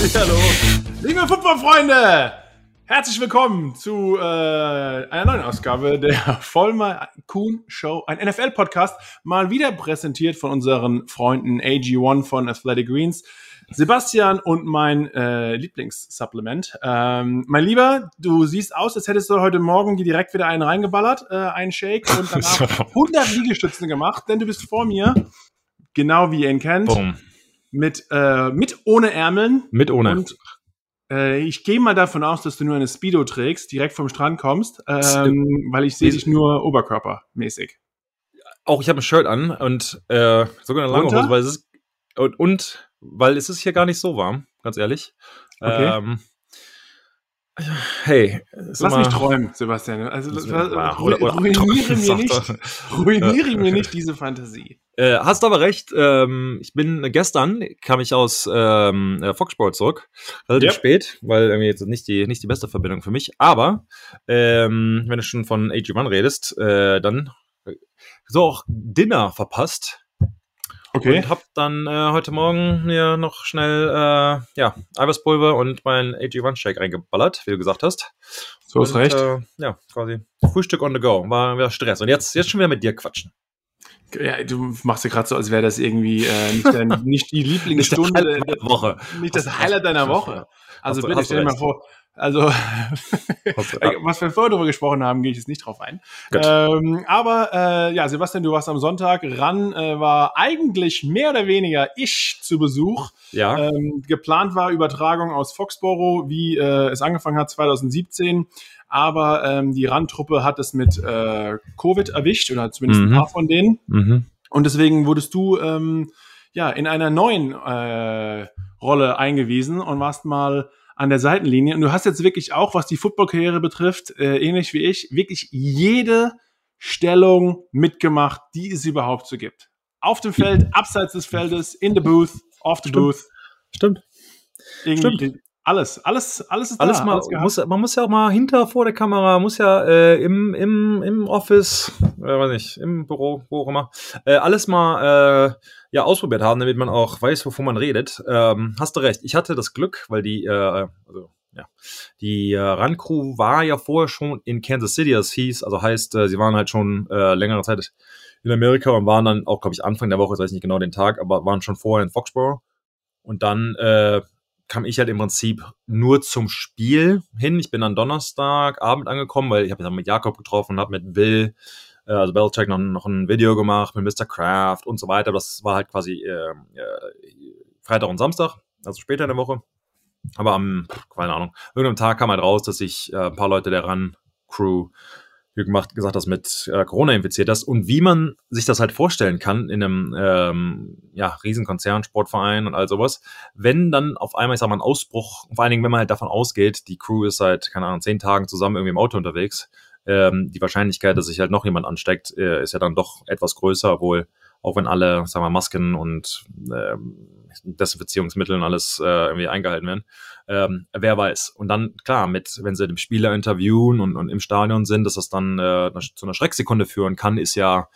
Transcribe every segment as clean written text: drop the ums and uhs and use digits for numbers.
Hallo. Liebe Football-Freunde, herzlich willkommen zu einer neuen Ausgabe der Vollmer Kuhn Show, ein NFL-Podcast, mal wieder präsentiert von unseren Freunden AG1 von Athletic Greens, Sebastian und mein Lieblingssupplement. Mein Lieber, du siehst aus, als hättest du heute Morgen dir direkt wieder einen reingeballert, einen Shake und danach 100 Liegestützen gemacht, denn du bist vor mir, genau wie ihr ihn kennt. Boom. Mit ohne Ärmeln. Mit ohne. Und ich gehe mal davon aus, dass du nur eine Speedo trägst, direkt vom Strand kommst, weil ich sehe dich nur oberkörpermäßig. Auch ich habe ein Shirt an und sogar eine lange Hose, weil es ist und weil es ist hier gar nicht so warm, ganz ehrlich. Okay. Hey, lass mich träumen, Sebastian. Also ruiniere mir nicht diese Fantasie. Hast aber recht. Ich bin gestern kam ich aus Foxsport zurück, relativ spät, weil irgendwie jetzt nicht die beste Verbindung für mich. Aber wenn du schon von AG1 redest, dann so auch Dinner verpasst. Okay. Und hab dann heute Morgen mir noch schnell Eiweißpulver und meinen AG1 Shake reingeballert, wie du gesagt hast. So ist recht. Quasi Frühstück on the go. War wieder Stress. Und jetzt schon wieder mit dir quatschen. Ja, du machst ja gerade so, als wäre das irgendwie nicht die Lieblingsstunde der Woche. Nicht das Highlight deiner Woche. Also bitte stell dir mal vor, also was wir vorher darüber gesprochen haben, gehe ich jetzt nicht drauf ein. Aber Sebastian, du warst am Sonntag ran, war eigentlich mehr oder weniger ich zu Besuch. Ja. Geplant war Übertragung aus Foxborough, wie es angefangen hat 2017. Aber die Randtruppe hat es mit Covid erwischt, oder zumindest ein paar von denen. Und deswegen wurdest du in einer neuen Rolle eingewiesen und warst mal an der Seitenlinie. Und du hast jetzt wirklich auch, was die Football-Karriere betrifft, ähnlich wie ich, wirklich jede Stellung mitgemacht, die es überhaupt so gibt. Auf dem Feld, abseits des Feldes, in the booth, off the booth. Stimmt. Alles ist alles da. Man muss ja auch mal vor der Kamera, muss ja im Office, weiß nicht, im Büro, wo auch immer, alles mal ausprobiert haben, damit man auch weiß, wovon man redet. Hast du recht. Ich hatte das Glück, weil die Run-Crew war ja vorher schon in Kansas City, das hieß, also heißt, sie waren halt schon längere Zeit in Amerika und waren dann auch, glaube ich, Anfang der Woche, ich weiß nicht genau den Tag, aber waren schon vorher in Foxborough. Und dann kam ich halt im Prinzip nur zum Spiel hin. Ich bin dann Donnerstagabend angekommen, weil ich habe mich dann mit Jakob getroffen und habe mit Bill, also Belichick, noch ein Video gemacht mit Mr. Kraft und so weiter. Das war halt quasi Freitag und Samstag, also später in der Woche. Aber am, keine Ahnung, irgendeinem Tag kam halt raus, dass sich ein paar Leute der Run-Crew gesagt, dass mit Corona infiziert ist und wie man sich das halt vorstellen kann in einem Riesenkonzern, Sportverein und all sowas, wenn dann auf einmal, ich sag mal, ein Ausbruch, vor allen Dingen, wenn man halt davon ausgeht, die Crew ist seit, 10 Tagen zusammen irgendwie im Auto unterwegs, die Wahrscheinlichkeit, dass sich halt noch jemand ansteckt, ist ja dann doch etwas größer, obwohl, auch wenn alle, sagen wir, Masken und Desinfizierungsmittel und alles irgendwie eingehalten werden, wer weiß. Und dann, klar, wenn sie den Spieler interviewen und im Stadion sind, dass das dann zu einer Schrecksekunde führen kann, ist ja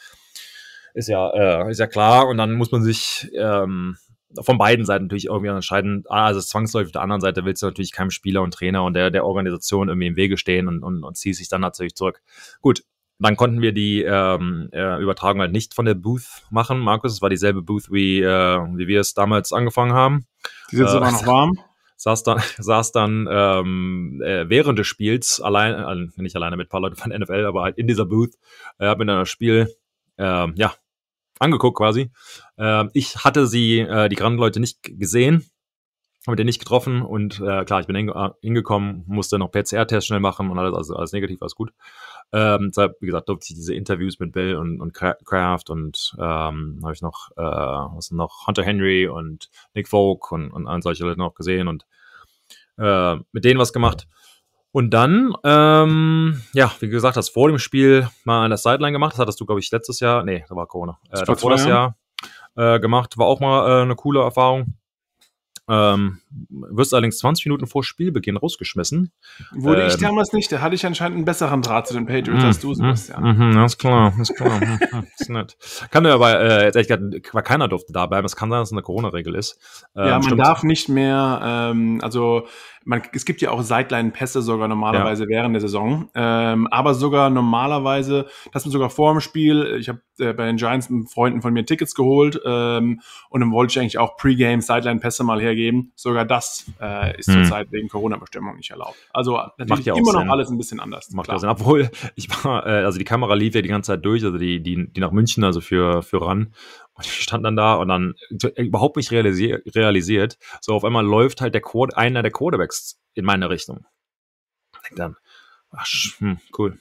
klar. Und dann muss man sich von beiden Seiten natürlich irgendwie entscheiden, also zwangsläufig auf der anderen Seite willst du natürlich keinem Spieler und Trainer und der Organisation irgendwie im Wege stehen und ziehst sich dann natürlich zurück. Gut, dann konnten wir die Übertragung halt nicht von der Booth machen, Markus. Es war dieselbe Booth, wie wir es damals angefangen haben. Die sind sogar noch warm. Saß dann während des Spiels nicht alleine mit ein paar Leuten von NFL, aber halt in dieser Booth, hab mir dann das Spiel angeguckt quasi. Ich hatte die Grand-Leute nicht gesehen, habe den nicht getroffen und klar, ich bin hingekommen, musste noch PCR-Test schnell machen und alles negativ, alles gut. Deshalb, wie gesagt, durfte ich diese Interviews mit Bill und Kraft und habe ich noch Hunter Henry und Nick Folk und solche Leute noch gesehen und mit denen was gemacht. Und dann, wie gesagt, hast vor dem Spiel mal an der Sideline gemacht. Das hattest du, glaube ich, letztes Jahr, nee, da war Corona. Davor das Jahr gemacht. War auch mal eine coole Erfahrung. Wirst allerdings 20 Minuten vor Spielbeginn rausgeschmissen. Wurde ich damals nicht, da hatte ich anscheinend einen besseren Draht zu den Patriots als du, Sebastian. Das ist klar. Das ist nett. Kann ja aber, jetzt ehrlich gesagt, keiner durfte da bleiben. Es kann sein, dass es eine Corona-Regel ist. Man darf nicht mehr, es gibt ja auch Sideline-Pässe sogar normalerweise während der Saison, aber sogar normalerweise, das sind sogar vor dem Spiel, ich habe bei den Giants mit Freunden von mir Tickets geholt und dann wollte ich eigentlich auch Pre-Game Sideline-Pässe mal hergeben. Sogar das ist zurzeit wegen Corona-Bestimmung nicht erlaubt. Also natürlich ja immer noch alles ein bisschen anders. Macht ja Sinn. Obwohl, ich war, also die Kamera lief ja die ganze Zeit durch, also die nach München, also für RAN. Und ich stand dann da und dann überhaupt nicht realisiert. So auf einmal läuft halt einer der Quarterbacks in meine Richtung. Und dann, cool.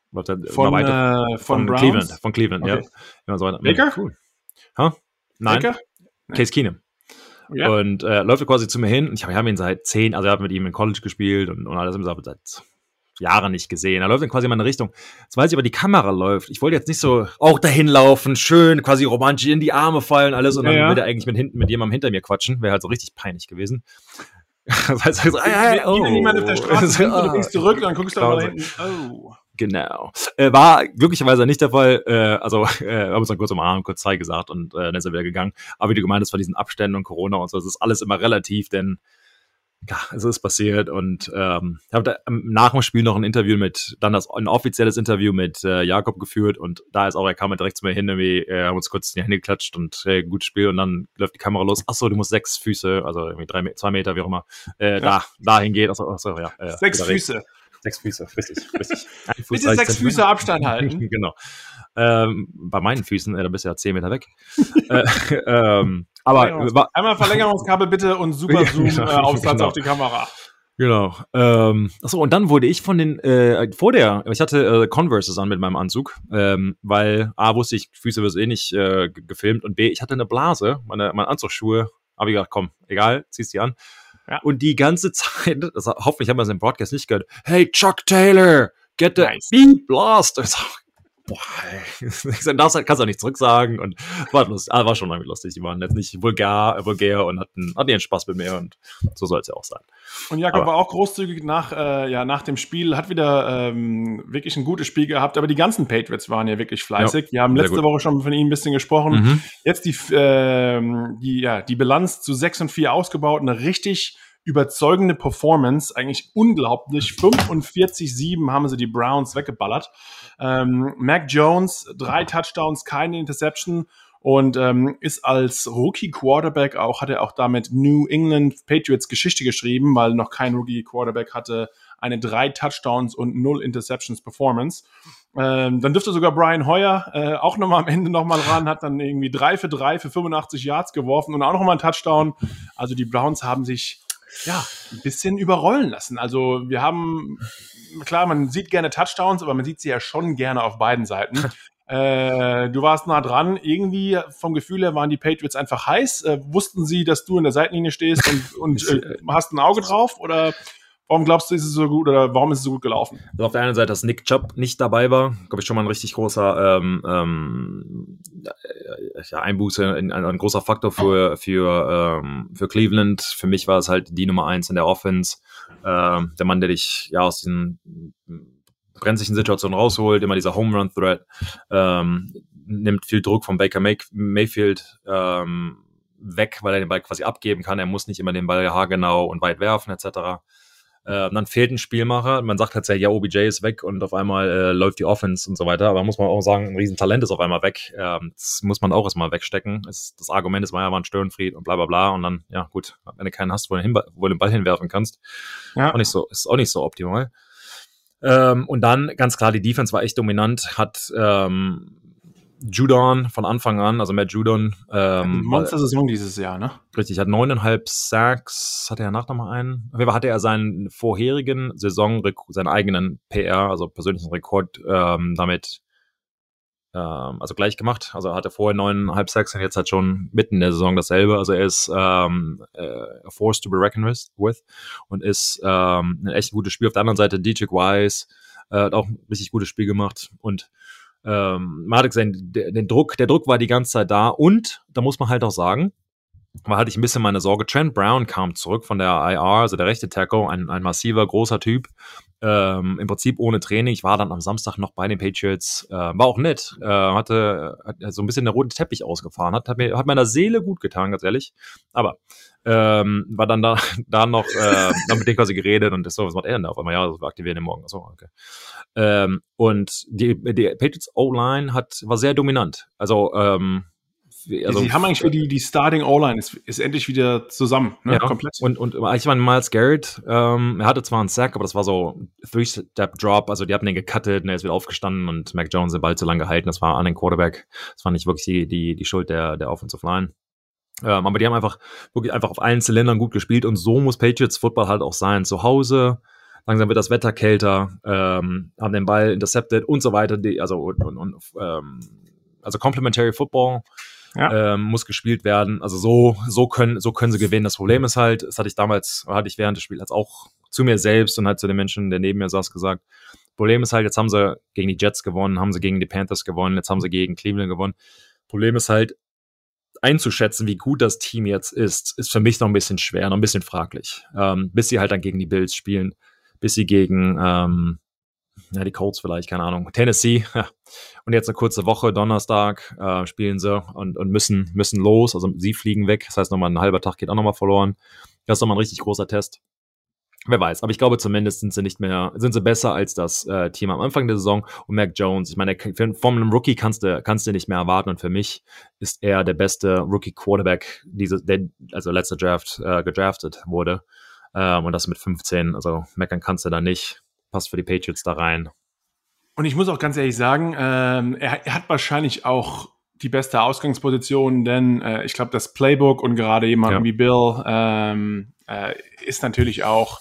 Von Cleveland, okay. Ja. Immer so weiter. Baker? Cool. Huh? Nein. Baker? Case Keenum. Ja. Und läuft quasi zu mir hin. Und ich habe ihn seit 10, also er hat mit ihm in College gespielt und alles seit Jahren nicht gesehen. Er läuft in quasi in meine Richtung. Jetzt weiß ich aber, die Kamera läuft. Ich wollte jetzt nicht so auch dahin laufen, schön, quasi romantisch in die Arme fallen, alles. Und dann würde er eigentlich mit jemandem hinter mir quatschen. Wäre halt so richtig peinlich gewesen. Das heißt, wenn jemand auf der Straße kommt, du gehst zurück, dann guckst du aber hinten. Oh. Genau. War glücklicherweise nicht der Fall. Wir haben uns dann kurz am Arm, kurz Zeit gesagt und dann ist er wieder gegangen. Aber wie du gemeint hast, von diesen Abständen und Corona und so, das ist alles immer relativ, denn ja, es ist passiert und habe nach dem Spiel noch ein offizielles Interview mit Jakob geführt und er kam direkt zu mir hin, haben uns kurz in die Hände geklatscht und gutes Spiel und dann läuft die Kamera los. Achso, du musst 6 Füße, also irgendwie 2 Meter, wie auch immer, dahin geht. Achso, ja. 6 Füße. 6 Füße, richtig. Bitte 6 Füße Abstand halten. Genau. Bei meinen Füßen, da bist du ja 10 Meter weg. Aber einmal Verlängerungskabel bitte und super Zoom Aufsatz auf die Kamera. Genau. Achso, und dann wurde ich von den ich hatte Converses an mit meinem Anzug, weil A, wusste ich, Füße wird nicht gefilmt und B, ich hatte eine Blase, meine Anzugsschuhe, habe ich gedacht, komm, egal, ziehst die an. Ja. Und die ganze Zeit, hoffentlich haben wir es im Broadcast nicht gehört, hey, Chuck Taylor, get the beat blast. Boah, das kannst du auch nicht zurücksagen und war schon irgendwie lustig. Die waren jetzt nicht vulgär und hatten ihren Spaß mit mir und so soll es ja auch sein. Und Jakob war auch großzügig nach dem Spiel, hat wieder wirklich ein gutes Spiel gehabt, aber die ganzen Patriots waren ja wirklich fleißig. Ja, wir haben letzte Woche schon von ihnen ein bisschen gesprochen. Jetzt die Bilanz zu 6-4 ausgebaut, eine richtig überzeugende Performance, eigentlich unglaublich. 45-7 haben sie die Browns weggeballert. Mac Jones, 3 Touchdowns, keine Interception und ist als Rookie-Quarterback hat er auch damit New England Patriots Geschichte geschrieben, weil noch kein Rookie-Quarterback hatte eine 3 Touchdowns und 0 Interceptions Performance. Dann dürfte sogar Brian Hoyer auch nochmal am Ende nochmal ran, hat dann irgendwie 3 für 3 für 85 Yards geworfen und auch nochmal einen Touchdown. Also die Browns haben sich ein bisschen überrollen lassen. Also wir haben, klar, man sieht gerne Touchdowns, aber man sieht sie ja schon gerne auf beiden Seiten. Du warst nah dran. Irgendwie vom Gefühl her waren die Patriots einfach heiß. Wussten sie, dass du in der Seitenlinie stehst und hast ein Auge drauf? Oder warum glaubst du, ist es so gut oder warum ist es so gut gelaufen? Also auf der einen Seite, dass Nick Chubb nicht dabei war, glaube ich, schon mal ein richtig großer Einbuße, ein großer Faktor für Cleveland. Für mich war es halt die Nummer 1 in der Offense. Der Mann, der dich aus diesen brenzlichen Situationen rausholt, immer dieser Home-Run-Threat, nimmt viel Druck von Baker Mayfield weg, weil er den Ball quasi abgeben kann. Er muss nicht immer den Ball haargenau und weit werfen, etc. Dann fehlt ein Spielmacher. Man sagt halt ja, OBJ ist weg und auf einmal läuft die Offense und so weiter. Aber muss man auch sagen, ein Riesentalent ist auf einmal weg. Das muss man auch erstmal wegstecken. Das Argument ist, war ein Störenfried und bla bla bla. Und dann, ja gut, wenn du keinen hast, wo du den Ball hinwerfen kannst, ist auch nicht so optimal. Und dann, ganz klar, die Defense war echt dominant, hat Judon von Anfang an, also Matt Judon. Monster-Saison dieses Jahr, ne? Richtig, hat 9,5 Sacks, hatte er danach nochmal einen? Auf jeden Fall hatte er seinen vorherigen seinen eigenen PR, also persönlichen Rekord damit also gleich gemacht. Also hatte vorher 9,5 Sacks und jetzt hat schon mitten in der Saison dasselbe. Also er ist a force to be reckoned with und ist ein echt gutes Spiel. Auf der anderen Seite DJ Wise hat auch ein richtig gutes Spiel gemacht und man hat gesehen, der Druck war die ganze Zeit da und da muss man halt auch sagen, hatte ich ein bisschen meine Sorge. Trent Brown kam zurück von der IR, also der rechte Tackle, ein massiver, großer Typ. Im Prinzip ohne Training. Ich war dann am Samstag noch bei den Patriots. War auch nett. Hat so ein bisschen den roten Teppich ausgefahren. Hat meiner Seele gut getan, ganz ehrlich. Aber war dann da noch mit dem quasi geredet und so, was macht er denn da auf einmal? Ja, wir aktivieren den morgen. So, okay. Und die Patriots O-Line war sehr dominant. Also sie haben eigentlich wieder die Starting O-Line ist endlich wieder zusammen, ne? Ja, Komplett. Und ich meine, Miles Garrett, er hatte zwar einen Sack, aber das war so Three-Step-Drop, also die haben den gecuttet und er ist wieder aufgestanden und Mac Jones den Ball zu lang gehalten, das war an den Quarterback, das war nicht wirklich die Schuld der Offensive Line. Aber die haben wirklich einfach auf allen Zylindern gut gespielt und so muss Patriots Football halt auch sein. Zu Hause, langsam wird das Wetter kälter, haben den Ball intercepted und so weiter, also Complementary Football. Ja. Muss gespielt werden. Also so können sie gewinnen. Das Problem ist halt, das hatte ich während des Spiels auch zu mir selbst und halt zu den Menschen, der neben mir saß, gesagt. Problem ist halt, jetzt haben sie gegen die Jets gewonnen, haben sie gegen die Panthers gewonnen, jetzt haben sie gegen Cleveland gewonnen. Problem ist halt, einzuschätzen, wie gut das Team jetzt ist für mich noch ein bisschen schwer, noch ein bisschen fraglich. Bis sie halt dann gegen die Bills spielen, bis sie gegen die Colts vielleicht, keine Ahnung, Tennessee, und jetzt eine kurze Woche, Donnerstag spielen sie und müssen los, also sie fliegen weg, das heißt nochmal ein halber Tag geht auch nochmal verloren, das ist nochmal ein richtig großer Test, wer weiß, aber ich glaube zumindest sind sie besser als das Team am Anfang der Saison und Mac Jones, ich meine, von einem Rookie kannst du nicht mehr erwarten und für mich ist er der beste Rookie-Quarterback, also letzter Draft gedraftet wurde und das mit 15, also meckern kannst du da nicht. Passt für die Patriots da rein. Und ich muss auch ganz ehrlich sagen, er hat wahrscheinlich auch die beste Ausgangsposition, denn ich glaube, das Playbook und gerade jemand wie Bill ist natürlich auch,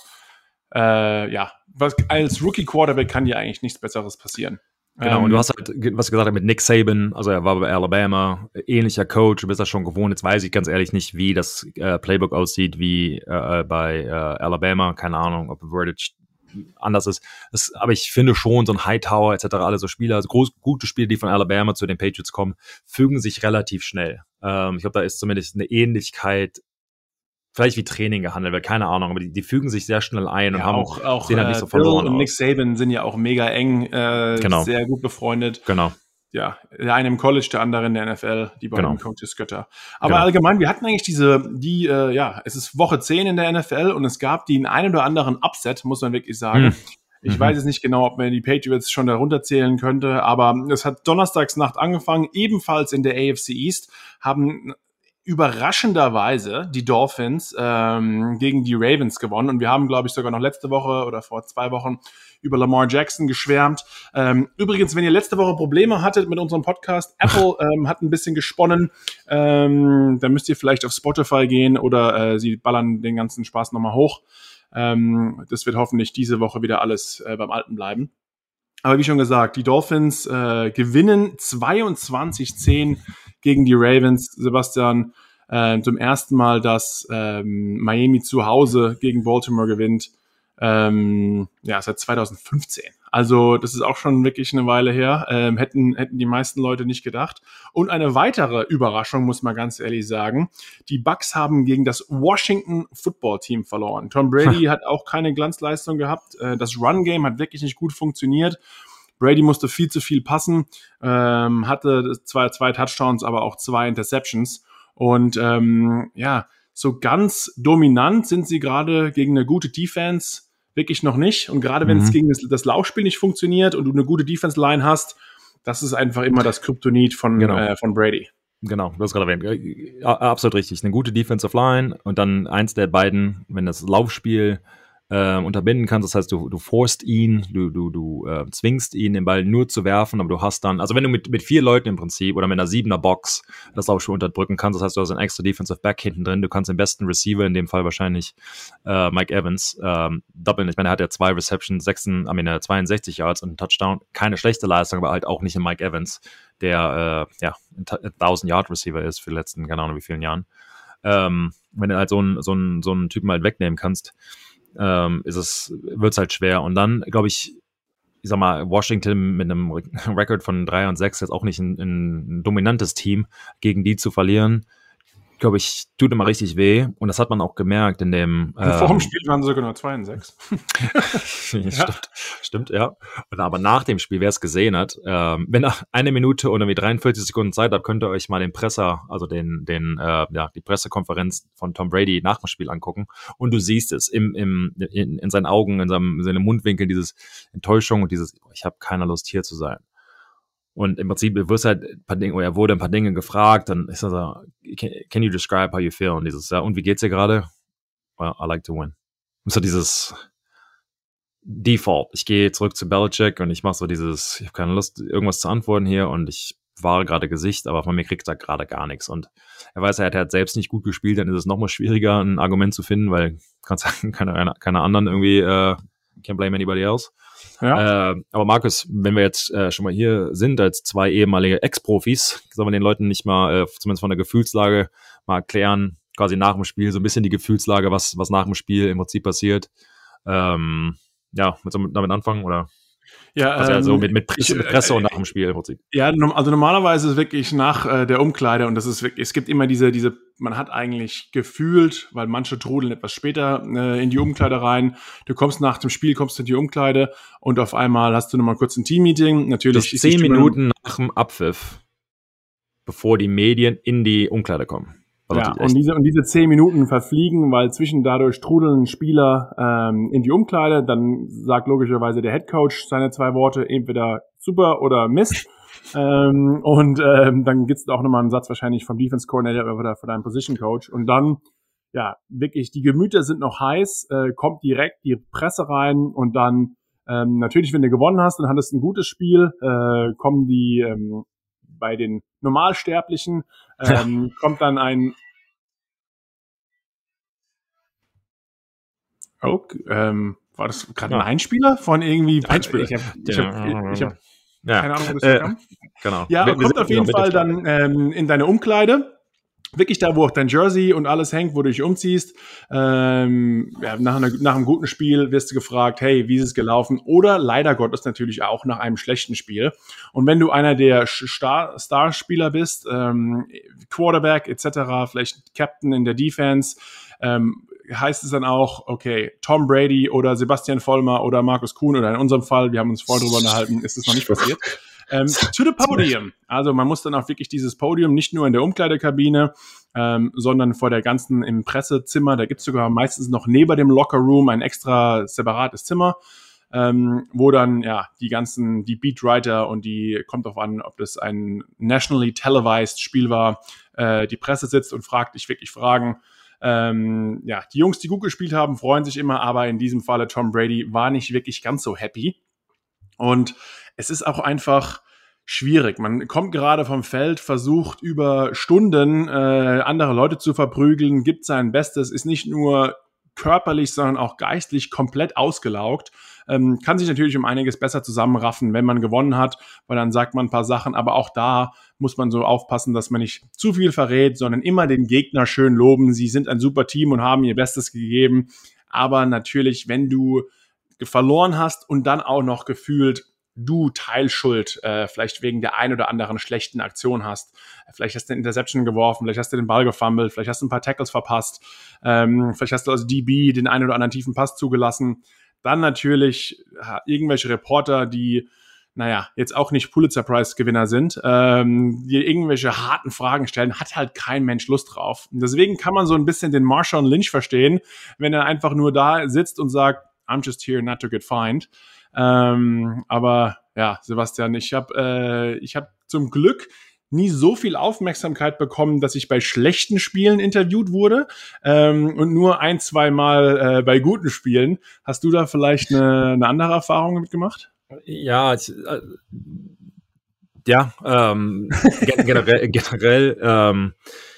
als Rookie-Quarterback kann dir eigentlich nichts Besseres passieren. Genau, und du hast halt, was gesagt hast, mit Nick Saban, also er war bei Alabama, ähnlicher Coach, du bist das schon gewohnt. Jetzt weiß ich ganz ehrlich nicht, wie das Playbook aussieht, wie bei Alabama, keine Ahnung, ob Wordage anders ist. Aber ich finde schon, so ein Hightower etc., alle so Spieler, also gute Spieler, die von Alabama zu den Patriots kommen, fügen sich relativ schnell. Ich glaube, da ist zumindest eine Ähnlichkeit, vielleicht wie Training gehandelt wird, keine Ahnung, aber die fügen sich sehr schnell ein und haben sehen halt nicht so verloren Bill und Nick Saban sind ja auch mega eng, sehr gut befreundet. Genau. Ja, der eine im College, der andere in der NFL, die beiden Coaches Götter. Aber allgemein, wir hatten eigentlich es ist Woche 10 in der NFL und es gab den einen oder anderen Upset, muss man wirklich sagen. Ich weiß jetzt nicht genau, ob man die Patriots schon darunter zählen könnte, aber es hat Donnerstagsnacht angefangen, ebenfalls in der AFC East, haben überraschenderweise die Dolphins gegen die Ravens gewonnen und wir haben, glaube ich, sogar noch letzte Woche oder vor 2 Wochen über Lamar Jackson geschwärmt. Übrigens, wenn ihr letzte Woche Probleme hattet mit unserem Podcast, Apple hat ein bisschen gesponnen, dann müsst ihr vielleicht auf Spotify gehen oder sie ballern den ganzen Spaß nochmal hoch. Das wird hoffentlich diese Woche wieder alles beim Alten bleiben. Aber wie schon gesagt, die Dolphins gewinnen 22-10 gegen die Ravens. Sebastian, zum ersten Mal, dass Miami zu Hause gegen Baltimore gewinnt. Seit 2015. Also das ist auch schon wirklich eine Weile her. Hätten die meisten Leute nicht gedacht. Und eine weitere Überraschung, muss man ganz ehrlich sagen. Die Bucks haben gegen das Washington Football Team verloren. Tom Brady hat auch keine Glanzleistung gehabt. Das Run-Game hat wirklich nicht gut funktioniert. Brady musste viel zu viel passen, hatte zwar 2 Touchdowns, aber auch 2 Interceptions. Und so ganz dominant sind sie gerade gegen eine gute Defense wirklich noch nicht. Und gerade wenn es gegen das Laufspiel nicht funktioniert und du eine gute Defense-Line hast, das ist einfach immer das Kryptonit von Brady. Genau, du hast gerade erwähnt. Absolut richtig. Eine gute Defensive Line und dann eins der beiden, wenn das Laufspiel unterbinden kannst. Das heißt, du forst ihn, du zwingst ihn, den Ball nur zu werfen, aber du hast dann, also wenn du mit 4 Leuten im Prinzip oder mit einer 7er Box das auch schon unterdrücken kannst, das heißt, du hast einen extra Defensive Back hinten drin, du kannst den besten Receiver, in dem Fall wahrscheinlich Mike Evans, doppeln. Ich meine, er hat ja 2 Receptions, 62 Yards und einen Touchdown. Keine schlechte Leistung, aber halt auch nicht in Mike Evans, der ein 1000-Yard-Receiver ist für die letzten, keine Ahnung wie vielen Jahren. Wenn du halt so einen Typen halt wegnehmen kannst, wird's halt schwer. Und dann, glaube ich sag mal, Washington mit einem Record von 3-6 jetzt auch nicht ein dominantes Team, gegen die zu verlieren. glaube ich, tut immer richtig weh. Und das hat man auch gemerkt in dem... vor dem Spiel waren sie sogar nur 2-6. Stimmt, ja. Und aber nach dem Spiel, wer es gesehen hat, wenn ihr 1 Minute oder 43 Sekunden Zeit habt, könnt ihr euch mal den Presser, also die Pressekonferenz von Tom Brady nach dem Spiel angucken. Und du siehst es in seinen Augen, in seinem Mundwinkel, dieses Enttäuschung und dieses, ich habe keine Lust, hier zu sein. Und im Prinzip er wurde ein paar Dinge gefragt, dann ist er so, can you describe how you feel? Und dieses, ja, und wie geht's dir gerade? Well, I like to win. Und so dieses Default. Ich gehe zurück zu Belichick und ich mache so dieses, ich habe keine Lust, irgendwas zu antworten hier und ich wahre gerade Gesicht, aber von mir kriegt er gerade gar nichts. Und er weiß, er hat selbst nicht gut gespielt, dann ist es nochmal schwieriger, ein Argument zu finden, weil, kannst sagen, keine anderen irgendwie, can't blame anybody else. Ja. Aber Markus, wenn wir jetzt schon mal hier sind, als 2 ehemalige Ex-Profis, sollen wir den Leuten nicht mal, zumindest von der Gefühlslage, mal erklären, quasi nach dem Spiel, so ein bisschen die Gefühlslage, was nach dem Spiel im Prinzip passiert. Ja, damit anfangen, oder? Ja, also mit Presse und nach dem Spiel im Prinzip. Ja, also normalerweise ist es wirklich nach der Umkleide und das ist wirklich, es gibt immer diese, man hat eigentlich gefühlt, weil manche trudeln etwas später in die Umkleide rein. Du kommst nach dem Spiel, kommst in die Umkleide und auf einmal hast du nochmal kurz ein Team-Meeting. Natürlich das 10 Minuten nach dem Abpfiff, bevor die Medien in die Umkleide kommen. Ja, und diese 10 Minuten verfliegen, weil dadurch trudeln Spieler in die Umkleide, dann sagt logischerweise der Headcoach seine 2 Worte, entweder super oder Mist. Dann gibt's auch nochmal einen Satz wahrscheinlich vom Defense Coordinator oder von deinem Position Coach. Und dann, ja, wirklich, die Gemüter sind noch heiß, kommt direkt die Presse rein und dann, natürlich, wenn du gewonnen hast und hattest ein gutes Spiel, kommen die bei den Normalsterblichen kommt dann ein war das gerade ein Einspieler von irgendwie Einspieler? Ich hab keine Ahnung, wo das kam. Genau. Ja, kommt auf jeden Fall dann in deine Umkleide. Wirklich da, wo auch dein Jersey und alles hängt, wo du dich umziehst. Nach einem guten Spiel wirst du gefragt, hey, wie ist es gelaufen? Oder leider Gottes natürlich auch nach einem schlechten Spiel. Und wenn du einer der Starspieler bist, Quarterback etc., vielleicht Captain in der Defense, heißt es dann auch, okay, Tom Brady oder Sebastian Vollmer oder Markus Kuhn oder in unserem Fall, wir haben uns vorher drüber unterhalten, ist es noch nicht passiert. To the podium. Also man muss dann auch wirklich dieses Podium nicht nur in der Umkleidekabine, sondern vor der ganzen im Pressezimmer. Da gibt's sogar meistens noch neben dem Lockerroom ein extra separates Zimmer, wo dann ja die Beatwriter und kommt drauf an, ob das ein nationally televised Spiel war, die Presse sitzt und dich wirklich fragen. Die Jungs, die gut gespielt haben, freuen sich immer, aber in diesem Falle Tom Brady war nicht wirklich ganz so happy. Und es ist auch einfach schwierig. Man kommt gerade vom Feld, versucht über Stunden andere Leute zu verprügeln, gibt sein Bestes, ist nicht nur körperlich, sondern auch geistlich komplett ausgelaugt. Kann sich natürlich um einiges besser zusammenraffen, wenn man gewonnen hat, weil dann sagt man ein paar Sachen, aber auch da muss man so aufpassen, dass man nicht zu viel verrät, sondern immer den Gegner schön loben. Sie sind ein super Team und haben ihr Bestes gegeben. Aber natürlich, wenn du verloren hast und dann auch noch gefühlt du Teilschuld vielleicht wegen der ein oder anderen schlechten Aktion hast. Vielleicht hast du eine Interception geworfen, vielleicht hast du den Ball gefummelt, vielleicht hast du ein paar Tackles verpasst, vielleicht hast du als DB den einen oder anderen tiefen Pass zugelassen. Dann natürlich irgendwelche Reporter, die jetzt auch nicht Pulitzer-Prize-Gewinner sind, die irgendwelche harten Fragen stellen, hat halt kein Mensch Lust drauf. Und deswegen kann man so ein bisschen den Marshawn Lynch verstehen, wenn er einfach nur da sitzt und sagt, I'm just here not to get fined. Aber ja, Sebastian, ich hab zum Glück nie so viel Aufmerksamkeit bekommen, dass ich bei schlechten Spielen interviewt wurde und nur 1-2 Mal bei guten Spielen. Hast du da vielleicht eine andere Erfahrung mitgemacht? Ja, generell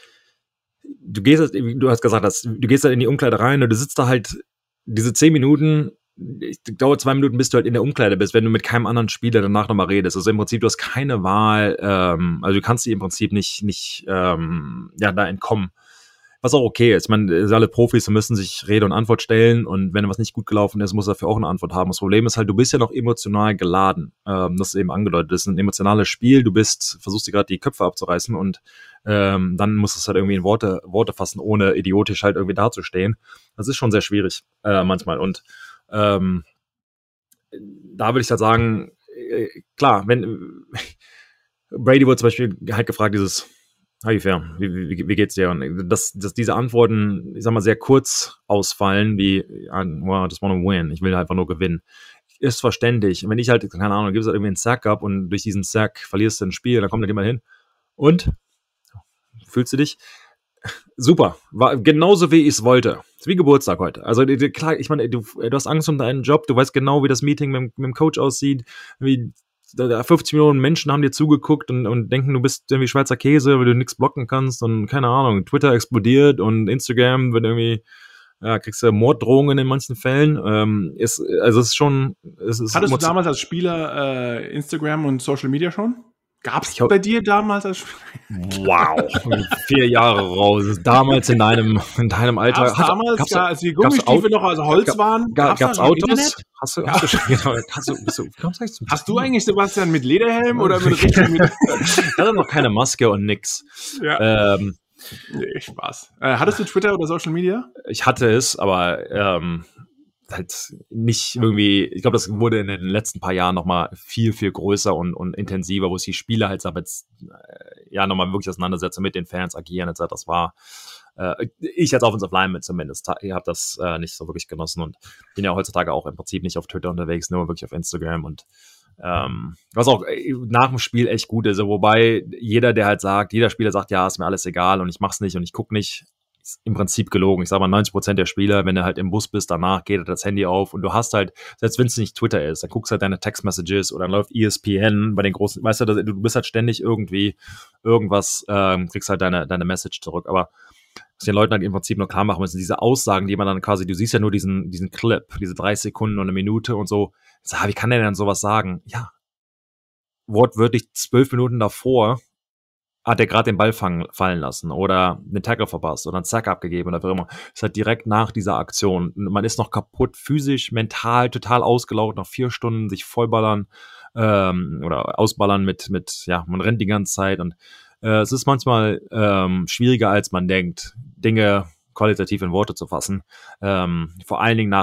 du hast gesagt, du gehst halt in die Umkleide rein und du sitzt da halt diese 10 Minuten, dauert 2 Minuten, bis du halt in der Umkleide bist, wenn du mit keinem anderen Spieler danach nochmal redest. Also im Prinzip, du hast keine Wahl, also du kannst dir im Prinzip nicht da entkommen. Was auch okay ist. Ich meine, alle Profis müssen sich Rede und Antwort stellen und wenn was nicht gut gelaufen ist, muss er dafür auch eine Antwort haben. Das Problem ist halt, du bist ja noch emotional geladen. Das ist eben angedeutet. Das ist ein emotionales Spiel. Du versuchst dir gerade die Köpfe abzureißen und dann musst du es halt irgendwie in Worte fassen, ohne idiotisch halt irgendwie dazustehen. Das ist schon sehr schwierig manchmal. Und da würde ich halt sagen, klar, wenn Brady wurde zum Beispiel halt gefragt, wie geht's dir? Und dass diese Antworten, ich sag mal, sehr kurz ausfallen, wie, well, I just want to win, ich will einfach nur gewinnen, ist verständlich. Wenn ich halt, keine Ahnung, gibst halt irgendwie einen Sack ab und durch diesen Sack verlierst du ein Spiel, dann kommt da jemand hin und fühlst du dich? Super, war genauso wie ich es wollte. Ist wie Geburtstag heute. Also klar, ich meine, du hast Angst um deinen Job, du weißt genau, wie das Meeting mit dem Coach aussieht, wie 50 Millionen Menschen haben dir zugeguckt und denken, du bist irgendwie Schweizer Käse, weil du nichts blocken kannst und keine Ahnung, Twitter explodiert und Instagram wird irgendwie, ja, kriegst du Morddrohungen in manchen Fällen. Es ist schon. Hattest du damals als Spieler Instagram und Social Media schon? Gab's bei dir damals als Spieler? Wow, 4 Jahre raus. Damals in deinem Alter. Als die Gummistiefel noch aus Holz waren, gab's Autos? Hast du eigentlich, Sebastian, mit Lederhelm oder mit richtigen? Ich hatte noch keine Maske und nix. Ja. Nee, Spaß. Hattest du Twitter oder Social Media? Ich hatte es, aber halt nicht irgendwie, ich glaube, das wurde in den letzten paar Jahren nochmal viel, viel größer und intensiver, wo es die Spieler halt nochmal wirklich auseinandersetzen, mit den Fans agieren etc. Das war, ich als Offensive Lineman zumindest, ich habe das nicht so wirklich genossen und bin ja heutzutage auch im Prinzip nicht auf Twitter unterwegs, nur wirklich auf Instagram und was auch nach dem Spiel echt gut ist, wobei jeder Spieler sagt, ja, ist mir alles egal und ich mach's nicht und ich guck nicht, ist im Prinzip gelogen. Ich sag mal, 90% der Spieler, wenn du halt im Bus bist, danach geht das Handy auf und du hast halt, selbst wenn es nicht Twitter ist, dann guckst halt deine Text-Messages oder dann läuft ESPN bei den großen, weißt du, du bist halt ständig irgendwie irgendwas, kriegst halt deine Message zurück, aber was den Leuten halt im Prinzip nur klar machen müssen, diese Aussagen, die man dann quasi, du siehst ja nur diesen Clip, diese 30 Sekunden und eine Minute und so, wie kann der denn sowas sagen? Ja, wortwörtlich 12 Minuten davor hat er gerade den Ball fallen lassen oder einen Tackle verpasst oder einen Sack abgegeben oder wie immer. Ist halt direkt nach dieser Aktion. Man ist noch kaputt, physisch, mental, total ausgelaugt, nach 4 Stunden sich vollballern oder ausballern mit man rennt die ganze Zeit und es ist manchmal schwieriger, als man denkt, Dinge qualitativ in Worte zu fassen. Vor allen Dingen nach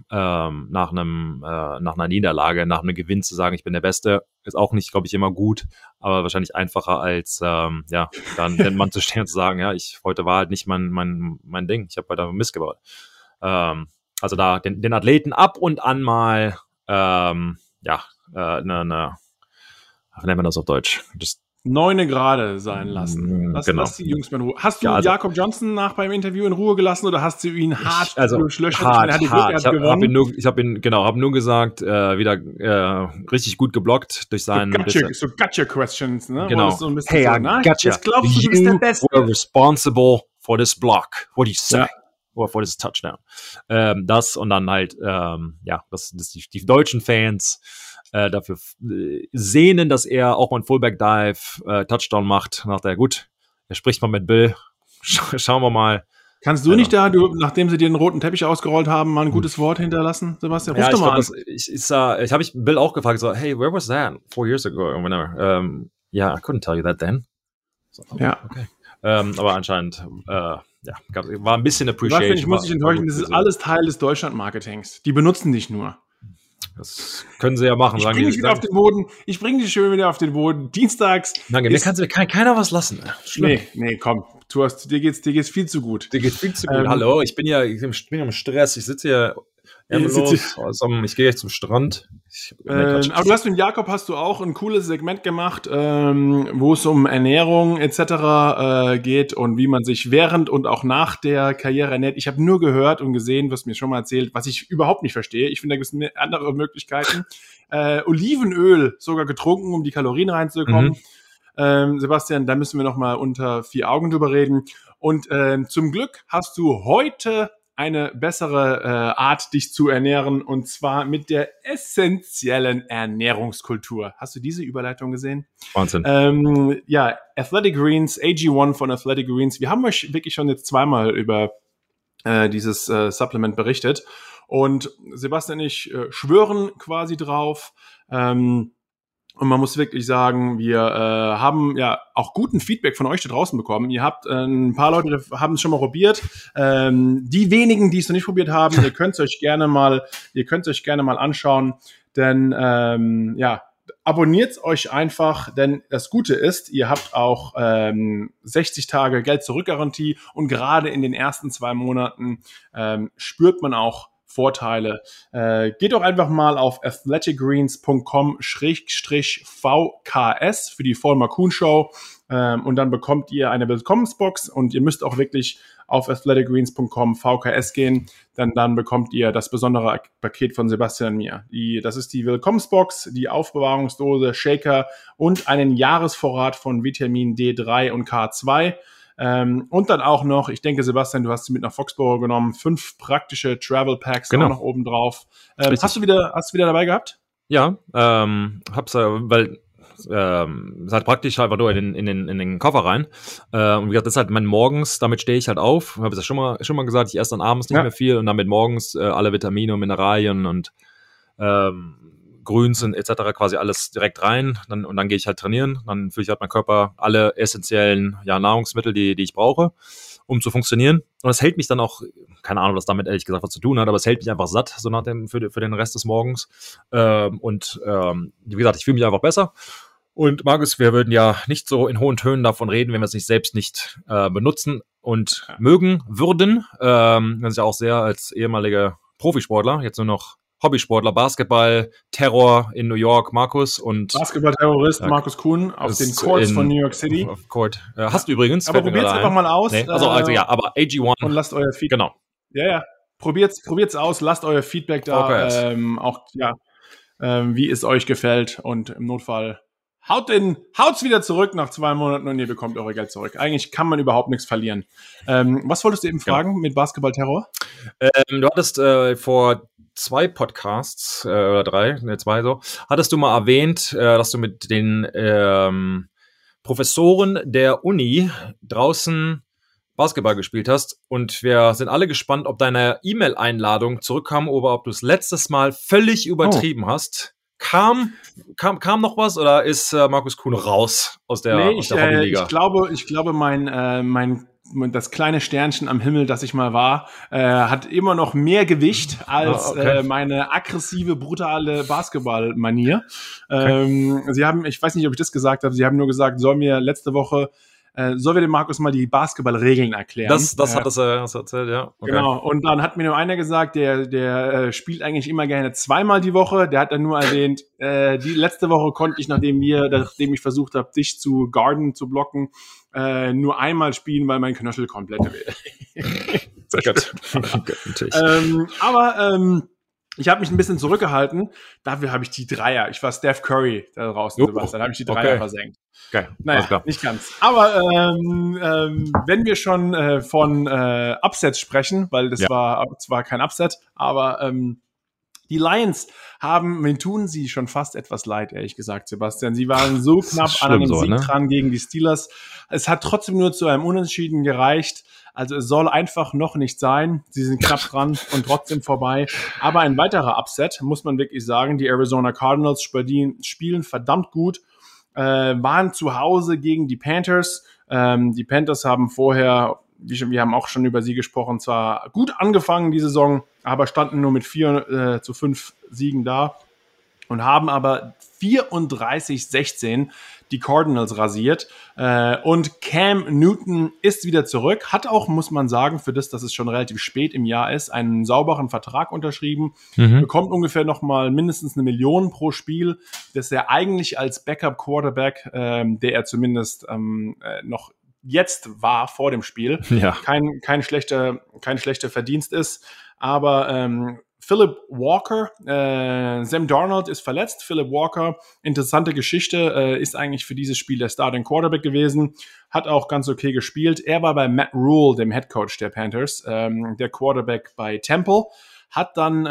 einer Niederlage, nach einem Gewinn zu sagen, ich bin der Beste, ist auch nicht, glaube ich, immer gut, aber wahrscheinlich einfacher als dann den Mann zu stehen und zu sagen, ja, heute war halt nicht mein Ding, ich habe weiter Mist gebaut. Also da den Athleten ab und an mal wie nennt man das auf Deutsch? Just 9 Grade sein lassen. Lass die Jungs mal in Ruhe. Hast du Jakob Johnson beim Interview in Ruhe gelassen oder hast du ihn hart durchlöchert? Ich habe nur gesagt, wieder richtig gut geblockt durch seinen... So gotcha questions, ne? Genau. So ein hey, I gotcha. Jetzt glaubst du bist der Beste. You were responsible for this block. What do you say? Or for this touchdown. Das und dann halt, dass die deutschen Fans dafür sehnen, dass er auch mal einen Fullback-Dive Touchdown macht. Er spricht mal mit Bill. Schauen wir mal. Kannst du nicht nachdem sie dir den roten Teppich ausgerollt haben, mal ein gutes Wort hinterlassen, Sebastian? Ruf doch mal an. Ich habe Bill auch gefragt, so, hey, where was that 4 years ago or whenever? I couldn't tell you that then. So, ja. Okay. Aber anscheinend, war ein bisschen Appreciation. Ich muss dich enttäuschen, das ist alles Teil des Deutschland-Marketings. Die benutzen dich nur. Das können sie ja machen. Ich bringe dich wieder auf den Boden. Ich bringe dich schön wieder auf den Boden. Dienstags. Danke, mir kann keiner was lassen. Nee, komm. Dir geht's viel zu gut. Dir geht's viel zu gut. Hallo, ich bin im Stress. Ich sitze hier ich gehe jetzt zum Strand. Aber du hast mit Jakob auch ein cooles Segment gemacht, wo es um Ernährung etc. geht und wie man sich während und auch nach der Karriere ernährt. Ich habe nur gehört und gesehen, was mir schon mal erzählt, was ich überhaupt nicht verstehe. Ich finde, da gibt es andere Möglichkeiten. Olivenöl sogar getrunken, um die Kalorien reinzubekommen. Sebastian, da müssen wir noch mal unter 4 Augen drüber reden. Und zum Glück hast du heute eine bessere Art, dich zu ernähren, und zwar mit der essentiellen Ernährungskultur. Hast du diese Überleitung gesehen? Wahnsinn. Ja, Athletic Greens, AG1 von Athletic Greens. Wir haben euch wirklich schon jetzt zweimal über dieses Supplement berichtet. Und Sebastian und ich schwören quasi drauf. Und man muss wirklich sagen, wir haben ja auch guten Feedback von euch da draußen bekommen. Ihr habt ein paar Leute haben es schon mal probiert. Die wenigen, die es noch nicht probiert haben, ihr könnt es euch gerne mal anschauen. Denn ja, abonniert euch einfach, denn das Gute ist, ihr habt auch 60 Tage Geld-Zurück-Garantie, und gerade in den ersten 2 Monaten spürt man auch Vorteile. Geht doch einfach mal auf athleticgreens.com/VKS für die Vollmer Kuhn Show, und dann bekommt ihr eine Willkommensbox, und ihr müsst auch wirklich auf athleticgreens.com/VKS gehen, dann bekommt ihr das besondere Paket von Sebastian und mir. Das ist die Willkommensbox, die Aufbewahrungsdose, Shaker und einen Jahresvorrat von Vitamin D3 und K2. Und dann auch noch, ich denke, Sebastian, du hast sie mit nach Foxborough genommen, 5 praktische Travel Packs auch noch oben drauf. Hast du wieder dabei gehabt? Ja, hab's, weil ist halt praktisch einfach nur in den Koffer rein. Und wie gesagt, das ist halt morgens, damit stehe ich halt auf. Habe es ja schon mal gesagt, ich esse dann abends nicht mehr viel, und damit morgens alle Vitamine und Mineralien und Grüns und etc. quasi alles direkt rein. Dann gehe ich halt trainieren. Dann fühle ich halt meinen Körper alle essentiellen Nahrungsmittel, die ich brauche, um zu funktionieren. Und das hält mich dann auch, keine Ahnung, was damit ehrlich gesagt was zu tun hat, aber es hält mich einfach satt, so für den Rest des Morgens. Wie gesagt, ich fühle mich einfach besser. Und Markus, wir würden ja nicht so in hohen Tönen davon reden, wenn wir es nicht selbst nicht benutzen und mögen würden. Das ist ja auch sehr als ehemaliger Profisportler, jetzt nur noch Hobbysportler, Basketball, Terror in New York, Markus, und Basketball-Terrorist Markus Kuhn auf den Courts von New York City. Auf Court. Hast du übrigens. Aber probiert es einfach mal aus. Nee. Also ja, aber AG1. Und lasst euer Feedback. Genau. Ja. Probiert's aus, lasst euer Feedback da. Wie es euch gefällt, und im Notfall haut's wieder zurück nach 2 Monaten, und ihr bekommt eure Geld zurück. Eigentlich kann man überhaupt nichts verlieren. Was wolltest du eben fragen mit Basketball-Terror? Du hattest vor 2 Podcasts oder 3, 2 so, hattest du mal erwähnt, dass du mit den Professoren der Uni draußen Basketball gespielt hast, und wir sind alle gespannt, ob deine E-Mail-Einladung zurückkam oder ob du es letztes Mal völlig übertrieben hast. Kam noch was, oder ist Markus Kuhn raus aus der Hobbyliga? Ich glaube, das kleine Sternchen am Himmel, das ich mal war, hat immer noch mehr Gewicht als meine aggressive, brutale Basketball-Manier. Okay. Ich weiß nicht, ob ich das gesagt habe, sie haben nur gesagt, sollen wir dem Markus mal die Basketballregeln erklären? Das hat er erzählt, ja. Okay. Genau, und dann hat mir nur einer gesagt, der spielt eigentlich immer gerne 2-mal die Woche. Der hat dann nur erwähnt, die letzte Woche konnte ich, nachdem ich versucht habe, dich zu blocken, nur einmal spielen, weil mein Knöchel komplett ich habe mich ein bisschen zurückgehalten. Dafür habe ich die Dreier. Ich war Steph Curry da draußen, Sebastian. Da habe ich die Dreier versenkt. Okay. Naja, nicht ganz. Aber wenn wir schon von Upsets sprechen, weil das war zwar kein Upset, aber die Lions mir tun sie schon fast etwas leid, ehrlich gesagt, Sebastian. Sie waren so knapp an einem Sieg dran gegen die Steelers. Es hat trotzdem nur zu einem Unentschieden gereicht. Also es soll einfach noch nicht sein. Sie sind knapp dran und trotzdem vorbei. Aber ein weiterer Upset, muss man wirklich sagen. Die Arizona Cardinals spielen verdammt gut. Waren zu Hause gegen die Panthers. Die Panthers haben vorher, wir haben auch schon über sie gesprochen, zwar gut angefangen die Saison, aber standen nur mit 4-5 Siegen da und haben aber 34-16 die Cardinals rasiert. Und Cam Newton ist wieder zurück, hat auch, muss man sagen, für das, dass es schon relativ spät im Jahr ist, einen sauberen Vertrag unterschrieben, bekommt ungefähr nochmal mindestens 1 Million pro Spiel, das er eigentlich als Backup-Quarterback, der er zumindest noch jetzt war vor dem Spiel, kein schlechter Verdienst ist, aber Philip Walker, Sam Darnold ist verletzt. Philip Walker, interessante Geschichte, ist eigentlich für dieses Spiel der Starting Quarterback gewesen, hat auch ganz okay gespielt. Er war bei Matt Rule, dem Head Coach der Panthers, der Quarterback bei Temple, hat dann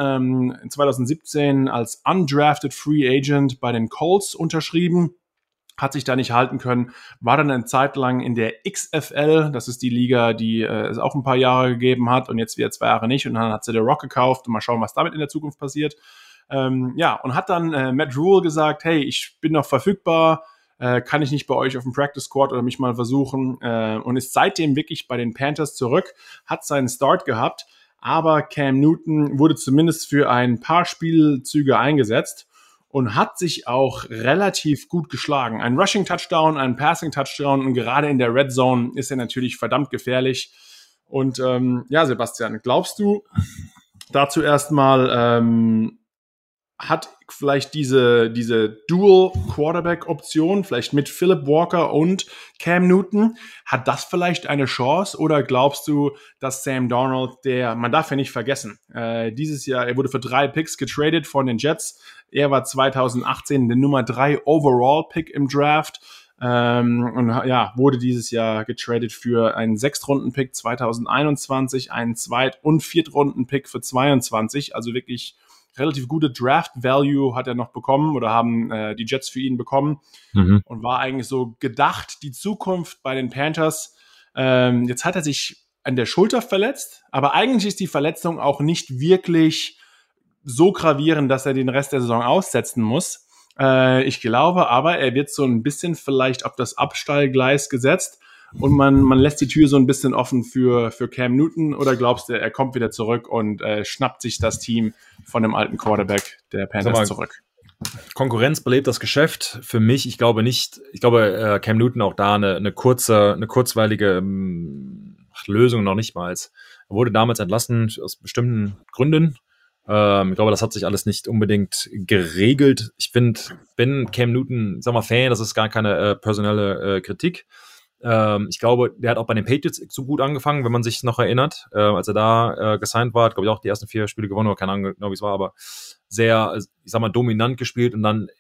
2017 als undrafted Free Agent bei den Colts unterschrieben, hat sich da nicht halten können, war dann eine Zeit lang in der XFL, das ist die Liga, die es auch ein paar Jahre gegeben hat und jetzt wieder 2 Jahre nicht und dann hat sie der Rock gekauft und mal schauen, was damit in der Zukunft passiert. Und hat dann Matt Rule gesagt, hey, ich bin noch verfügbar, kann ich nicht bei euch auf dem Practice Squad oder mich mal versuchen, und ist seitdem wirklich bei den Panthers zurück, hat seinen Start gehabt, aber Cam Newton wurde zumindest für ein paar Spielzüge eingesetzt und hat sich auch relativ gut geschlagen. Ein Rushing-Touchdown, ein Passing-Touchdown und gerade in der Red Zone ist er natürlich verdammt gefährlich. Und Sebastian, glaubst du dazu erstmal, hat vielleicht diese Dual-Quarterback-Option, vielleicht mit Philip Walker und Cam Newton, hat das vielleicht eine Chance? Oder glaubst du, dass Sam Darnold, man darf ja nicht vergessen, dieses Jahr, er wurde für 3 Picks getradet von den Jets. Er war 2018 der Nummer 3 Overall-Pick im Draft. Wurde dieses Jahr getradet für einen 6-Runden-Pick 2021, einen 2- und 4-Runden-Pick für 22, also wirklich relativ gute Draft-Value hat er noch bekommen oder haben die Jets für ihn bekommen und war eigentlich so gedacht, die Zukunft bei den Panthers. Jetzt hat er sich an der Schulter verletzt, aber eigentlich ist die Verletzung auch nicht wirklich so gravierend, dass er den Rest der Saison aussetzen muss. Ich glaube aber, er wird so ein bisschen vielleicht auf das Abstellgleis gesetzt und man lässt die Tür so ein bisschen offen für Cam Newton, oder glaubst du, er kommt wieder zurück und schnappt sich das Team von dem alten Quarterback der Panthers zurück? Konkurrenz belebt das Geschäft. Für mich, ich glaube nicht, Cam Newton auch da eine kurzweilige Lösung noch nicht mal. Er wurde damals entlassen aus bestimmten Gründen. Ich glaube, das hat sich alles nicht unbedingt geregelt. Ich bin Cam Newton, Fan, das ist gar keine personelle Kritik. Ich glaube, der hat auch bei den Patriots so gut angefangen, wenn man sich noch erinnert, als er da gesigned war, hat, glaube ich, auch die ersten 4 Spiele gewonnen, oder keine Ahnung, wie es war, aber sehr, dominant gespielt und dann,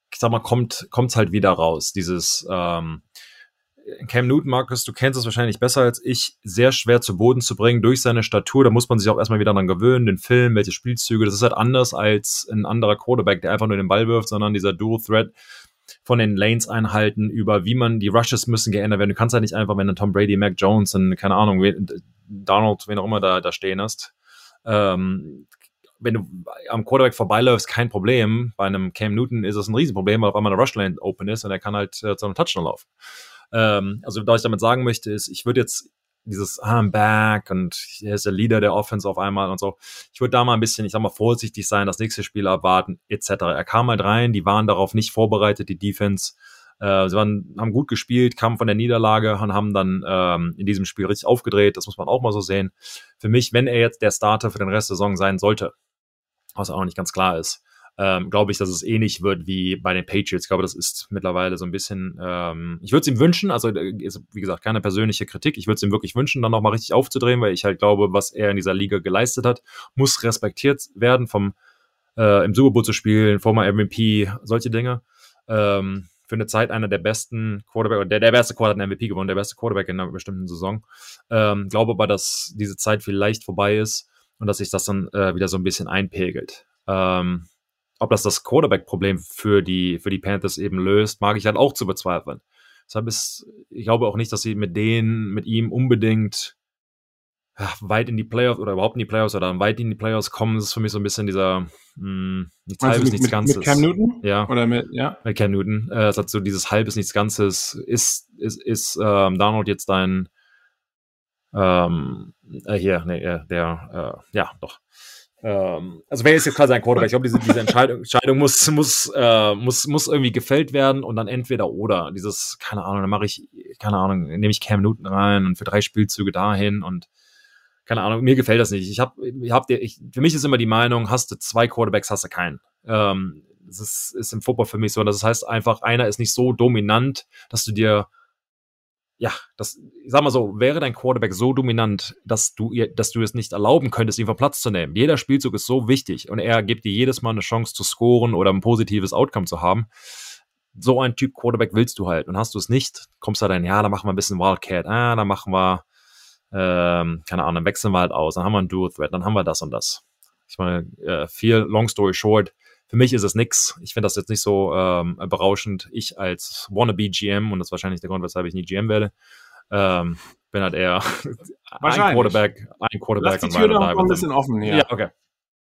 kommt's halt wieder raus. Dieses Cam Newton, Markus, du kennst es wahrscheinlich besser als ich, sehr schwer zu Boden zu bringen durch seine Statur, da muss man sich auch erstmal wieder dran gewöhnen, den Film, welche Spielzüge, das ist halt anders als ein anderer Quarterback, der einfach nur den Ball wirft, sondern dieser Dual Threat von den Lanes einhalten, über wie man die Rushes müssen geändert werden. Du kannst halt nicht einfach, wenn du Tom Brady, Mac Jones und keine Ahnung, Donald, wen auch immer da stehen hast, wenn du am Quarterback vorbeiläufst, kein Problem. Bei einem Cam Newton ist es ein Riesenproblem, weil auf einmal eine Rushlane open ist und er kann halt zu einem Touchdown laufen. Was ich damit sagen möchte, ist, ich würde jetzt dieses I'm back und er ist der Leader der Offense auf einmal und so. Ich würde da mal ein bisschen, vorsichtig sein, das nächste Spiel abwarten, etc. Er kam halt rein, die waren darauf nicht vorbereitet, die Defense. Sie haben gut gespielt, kamen von der Niederlage und haben dann in diesem Spiel richtig aufgedreht. Das muss man auch mal so sehen. Für mich, wenn er jetzt der Starter für den Rest der Saison sein sollte, was auch noch nicht ganz klar ist, glaube ich, dass es ähnlich wird wie bei den Patriots. Ich glaube, das ist mittlerweile so ein bisschen, ich würde es ihm wünschen, also ist, wie gesagt, keine persönliche Kritik, ich würde es ihm wirklich wünschen, dann nochmal richtig aufzudrehen, weil ich halt glaube, was er in dieser Liga geleistet hat, muss respektiert werden, im Super Bowl zu spielen, former MVP, solche Dinge. Für eine Zeit einer der besten Quarterback, oder der beste Quarterback hat einen MVP gewonnen, der beste Quarterback in einer bestimmten Saison. Glaube aber, dass diese Zeit vielleicht vorbei ist und dass sich das dann wieder so ein bisschen einpegelt. Ob das Quarterback-Problem für die Panthers eben löst, mag ich halt auch zu bezweifeln. Deshalb ich glaube auch nicht, dass sie mit ihm unbedingt weit in die Playoffs oder überhaupt in die Playoffs oder weit in die Playoffs kommen. Das ist für mich so ein bisschen dieser nichts Halbes, nichts Ganzes. Mit Cam Newton? Ja. Oder mit Cam Newton. Es hat so dieses Halbes, nichts Ganzes. Ist Darnold jetzt dein doch. Also wer ist jetzt gerade sein Quarterback? Ich glaube, diese Entscheidung muss irgendwie gefällt werden und dann entweder oder. Keine Ahnung, nehme ich Cam Newton rein und für 3 Spielzüge dahin und keine Ahnung, mir gefällt das nicht. Für mich ist immer die Meinung, hast du 2 Quarterbacks, hast du keinen. Das ist im Football für mich so. Das heißt einfach, einer ist nicht so dominant, dass du dir sag mal so, wäre dein Quarterback so dominant, dass du es nicht erlauben könntest, ihn vom Platz zu nehmen. Jeder Spielzug ist so wichtig und er gibt dir jedes Mal eine Chance zu scoren oder ein positives Outcome zu haben. So ein Typ Quarterback willst du halt. Und hast du es nicht, kommst du dann, da machen wir ein bisschen Wildcat, dann machen wir, keine Ahnung, dann wechseln wir halt aus, dann haben wir einen Dual Threat, dann haben wir das und das. Ich meine, long story short, für mich ist es nix. Ich finde das jetzt nicht so berauschend. Ich als wannabe GM, und das ist wahrscheinlich der Grund, weshalb ich nie GM werde, bin halt eher ein Quarterback. Lass die Tür noch ein bisschen offen hier. Ja, okay.